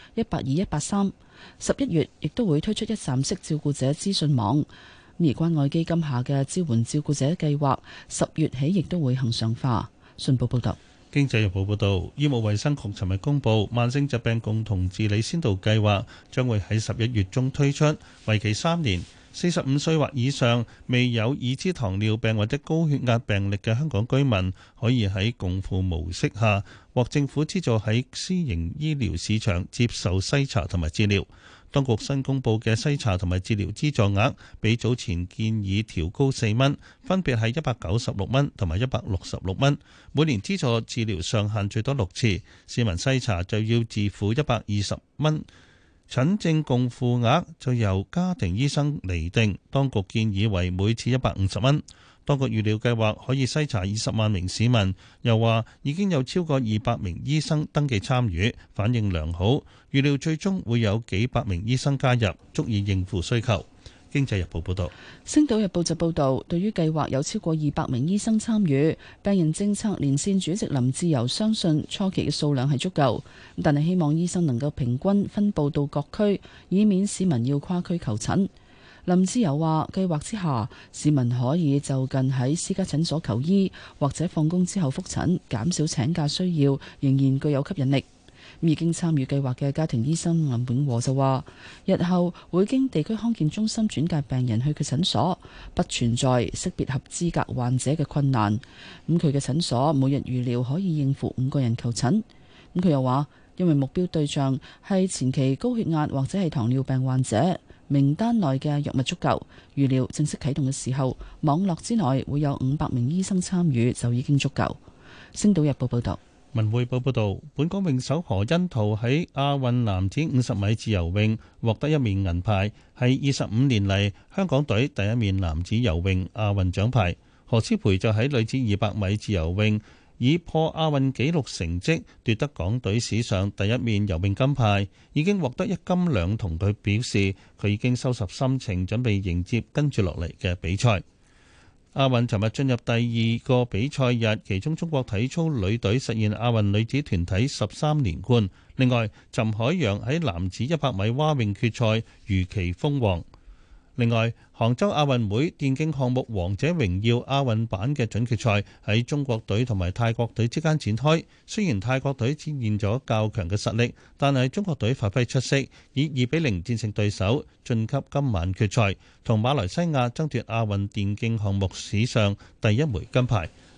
182-183。11月亦都會推出一站式照顧者資訊網。而關愛基金下嘅支援照顧者計劃10月起亦都會恆常化。信報報道。 經濟日報報導，醫務衛生局尋日公布慢性疾病共同治理先導計劃，將會喺11月中推出，為期3年。45歲或以上未有已知糖尿病或者高血壓病歷嘅香港居民，可以喺共付模式下獲政府資助喺私營醫療市場接受篩查同埋治療。當局新公布嘅篩查同埋治療資助額，比早前建議調高4蚊，分別係196蚊同埋166蚊。每年資助治療上限最多6次，市民篩查就要自付120蚊。診症共付額就由家庭醫生釐定，當局建議為每次150蚊。當局預料計劃可以篩查20萬名市民，又話已經有超過200名醫生登記參與，反應良好。預料最終會有幾百名醫生加入，足以應付需求。經濟日報報導， 星島日報就報導，對於計劃有超過200名醫生參與，病人政策連線主席林志釉相信初期嘅數量係足夠，但係希望醫生能夠平均分佈到各區，以免市民要跨區求診。林志釉話，計劃之下，市民可以就近喺私家診所求醫，或者放工之後覆診，減少請假需要，仍然具有吸引力。已經參與計劃嘅家庭醫生林永和就話，日後會經地區康健中心轉介病人去佢診所，不存在識別合資格患者嘅困難。佢嘅診所每日預料可以應付5個人求診。佢又話，因為目標對象係前期高血壓或者係糖尿病患者，名單內嘅藥物足夠，預料正式啟動嘅時候，網絡之內會有500名醫生參與就已經足夠。星島日報報道。 文匯報報道，本港泳手何甄陶喺亞運男子50米自由泳獲得1面銀牌，係25年嚟香港隊第1面男子游泳亞運獎牌。何詩蓓就喺女子200米自由泳以破亞運紀錄成績奪得港隊史上第1面游泳金牌，已經獲得1金2銅。佢表示，佢已經收拾心情，準備迎接跟住落嚟嘅比賽。亞運尋日進入第2個比賽日，其中中國體操女隊實現亞運女子團體13連冠。另外，陳海洋喺男子100米蛙泳決賽如期封王。另外，杭州亞運會電競項目王者榮耀亞運版嘅準決賽喺中國隊同埋泰國隊之間展開。雖然泰國隊展現咗較強嘅實力，但係中國隊發揮出色，以2-0戰勝對手，晉級今晚決賽，同馬來西亞爭奪亞運電競項目史上第1枚金牌。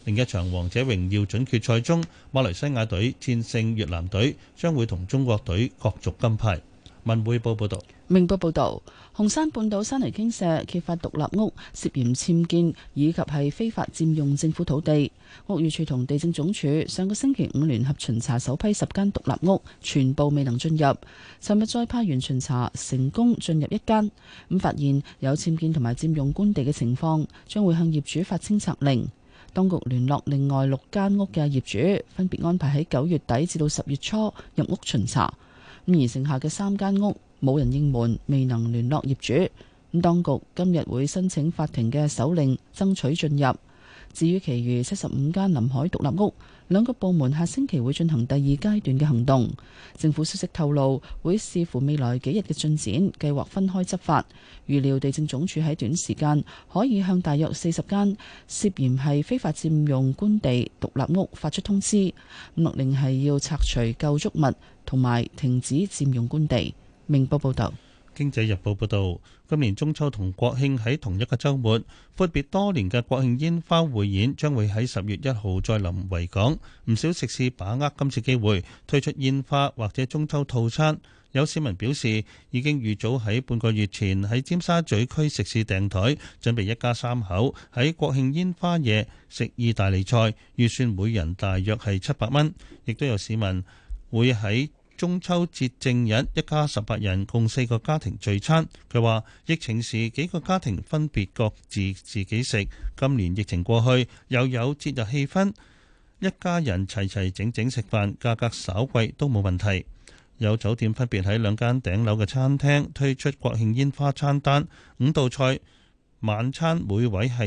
另一場王者榮耀準決賽中，馬來西亞隊戰勝越南隊，將會同中國隊角逐金牌。文匯報報道。 明報報導，紅山半島山泥傾瀉，揭發獨立屋涉嫌僭建以及係非法佔用政府土地。屋宇署同地政總署上個星期五聯合巡查首批10間獨立屋，全部未能進入。尋日再派員巡查，成功進入一間，咁發現有僭建同埋佔用官地嘅情況，將會向業主發清拆令。當局聯絡另外6間屋嘅業主，分別安排喺9月底至到10月初入屋巡查。咁而剩下嘅3間屋冇人應門，未能聯絡業主。咁當局今日會申請法庭嘅手令，爭取進入。至於其餘75間臨海獨立屋，2個部門下星期會進行第2階段嘅行動。政府消息透露，會視乎未來幾日嘅進展，計劃分開執法。預料地政總署喺短時間可以向大約40間涉嫌係非法佔用官地獨立屋發出通知，勒令係要拆除構築物同埋停止佔用官地。明報報道。 經濟日報報導，今年中秋同國慶喺同一個週末，闊別多年嘅國慶煙花匯演將會喺10月1號再臨維港。唔少食肆把握今次機會推出煙花或者中秋套餐。有市民表示已經預早喺半個月前喺尖沙咀區食肆訂台，準備一家3口喺國慶煙花夜食意大利菜，預算每人大約係700蚊。亦都有市民會喺中秋節正日一家18人共4個家庭聚餐。佢話疫情時幾個家庭分別各自己食，今年疫情過去又有節日氣氛，一家人齊齊整整食飯，價格稍貴都冇問題。有酒店分別喺2間頂樓嘅餐廳推出國慶煙花餐單，5道菜，晚餐每位係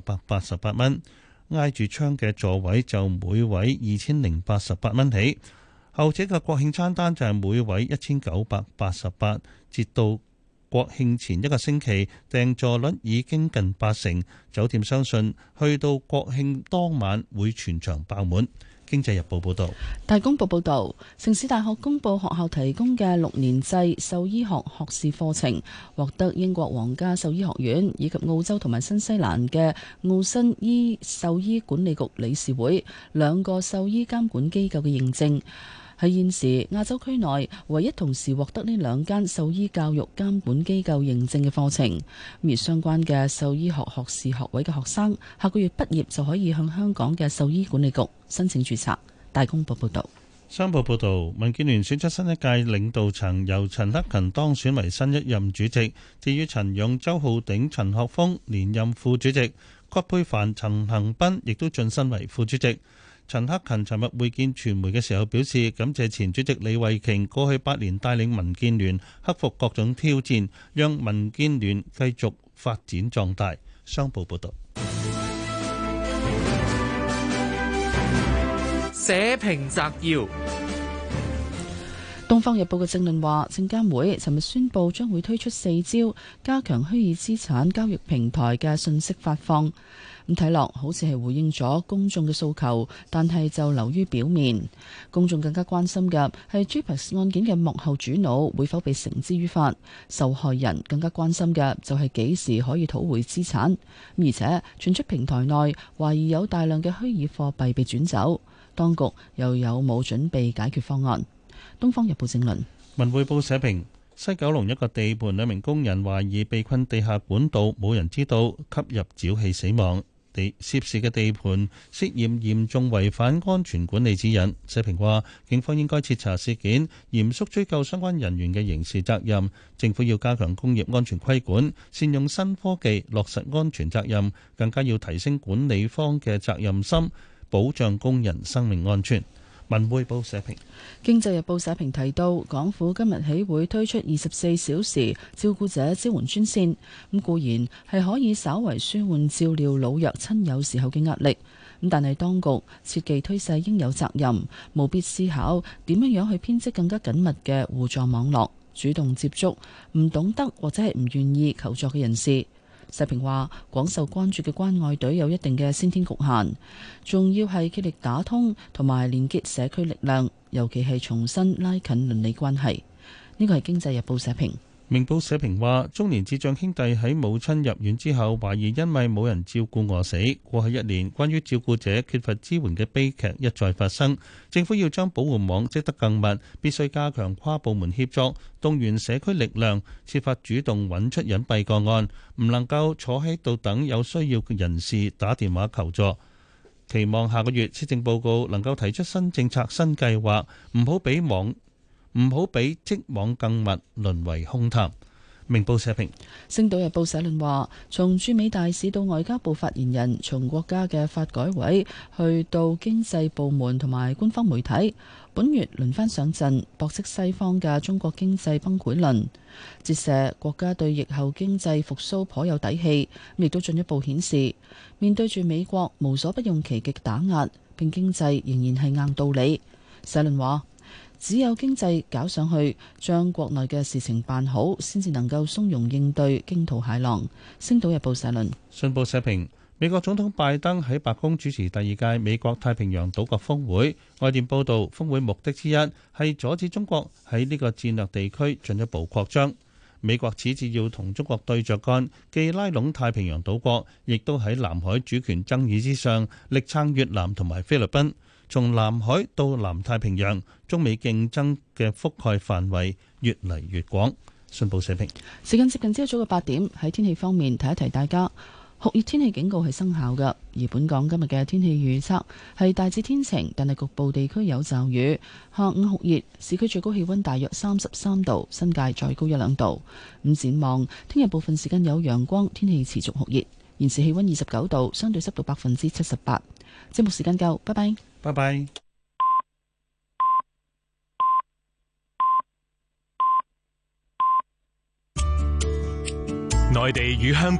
1688蚊，挨住窗嘅座位就每位2088蚊起。後者嘅國慶餐單就係每位1988，截到國慶前一個星期訂座率已經近80%，酒店相信去到國慶當晚會全場爆滿。經濟日報報道。 大公報報道，城市大學公佈學校提供嘅6年制獸醫學學士課程，獲得英國皇家獸醫學院以及澳洲同埋新西蘭嘅澳新獸醫管理局理事會2個獸醫監管機構嘅認證，係現時亞洲區內唯一同時獲得呢2間獸醫教育監管機構認證嘅課程。而相關嘅獸醫學學士學位嘅學生，下個月畢業就可以向香港嘅獸醫管理局申請註冊。大公報報道。 商報報導，民建聯選出新一屆領導層，由陳克勤當選為新一任主席。至於陳勇、周浩鼎、陳學鋒連任副主席，葛珮帆、陳恒鑌亦都晉身為副主席。陳克勤尋日會見傳媒嘅時候表示，感謝前主席李慧瓊過去8年帶領民建聯克服各種挑戰，讓民建聯繼續發展壯大。商報報導。 社評摘要：《 東方日報》嘅政論話，證監會尋日宣布將會推出4招加強虛擬資產交易平台嘅信息發放。咁睇落好似係回應咗公眾嘅訴求，但係就流於表面。公眾更加關心嘅係 JPEX 案件嘅幕後主腦會否被繩之於法，受害人更加關心嘅就係幾時可以討回資產。而且傳出平台內懷疑有大量嘅虛擬貨幣被轉走，當局又有冇準備解決方案？《東方日報》正論。 文匯報社評：西九龍一個地盤2名工人懷疑被困地下管道，冇人知道，吸入沼氣死亡。涉事嘅地盤涉嫌嚴重違反安全管理指引。社評話，警方應該徹查事件，嚴肅追究相關人員嘅刑事責任。政府要加強工業安全規管，善用新科技落實安全責任，更加要提升管理方嘅責任心，保障工人生命安全。文匯報社評。《 經濟日報》社評提到，港府今日起會推出24小時照顧者支援專線，咁固然係可以稍為舒緩照料老弱親友時候嘅壓力，咁但係當局切忌推卸應有責任，務必思考點樣去編織更加緊密嘅互助網絡，主動接觸唔懂得或者係唔願意求助嘅人士。社評話，廣受關注嘅關愛隊有一定嘅先天局限，仲要係竭力打通同埋連結社區力量，尤其係重新拉近鄰里關係。呢個係《經濟日報》社評。 明報社評話，中年智障兄弟喺母親入院之後，懷疑因為冇人照顧餓死。過去1年，關於照顧者缺乏支援嘅悲劇一再發生。政府要將保護網織得更密，必須加強跨部門協作，動員社區力量，設法主動揾出隱蔽個案，唔能夠坐喺度等有需要嘅人士打電話求助。期望下個月施政報告能夠提出新政策、新計劃，唔好比織網更密，淪為空談。明報社評。 星島日報社論話，從駐美大使到外交部發言人，從國家嘅發改委去到經濟部門同埋官方媒體，本月輪番上陣，駁斥西方嘅中國經濟崩潰論，折射國家對疫後經濟復甦頗有底氣，亦都進一步顯示面對住美國無所不用其極打壓，拼經濟仍然係硬道理。社論話，只有經濟搞上去，將國內嘅事情辦好，先至能夠從容應對驚濤駭浪。星島日報社論。 信報社評，美國總統拜登喺白宮主持第2屆美國太平洋島國峰會。外電報道，峰會目的之一係阻止中國喺呢個戰略地區進一步擴張。美國此次要同中國對着幹，既拉攏太平洋島國，亦都喺南海主權爭議之上力撐越南同埋菲律賓。從南海到南太平洋，中美競爭嘅覆蓋範圍越嚟越廣。信報社評。 時間接近朝早嘅8點，喺天氣方面提一提大家，酷熱天氣警告係生效嘅。而本港今日嘅天氣預測係大致天晴，但係局部地區有驟雨。下午酷熱，市區最高氣溫大約33度，新界再高1-2度。咁展望聽日部分時間有陽光，天氣持續酷熱。現時氣溫29度，相對濕度78%。節目時間夠，拜拜。 拜拜。 內地與香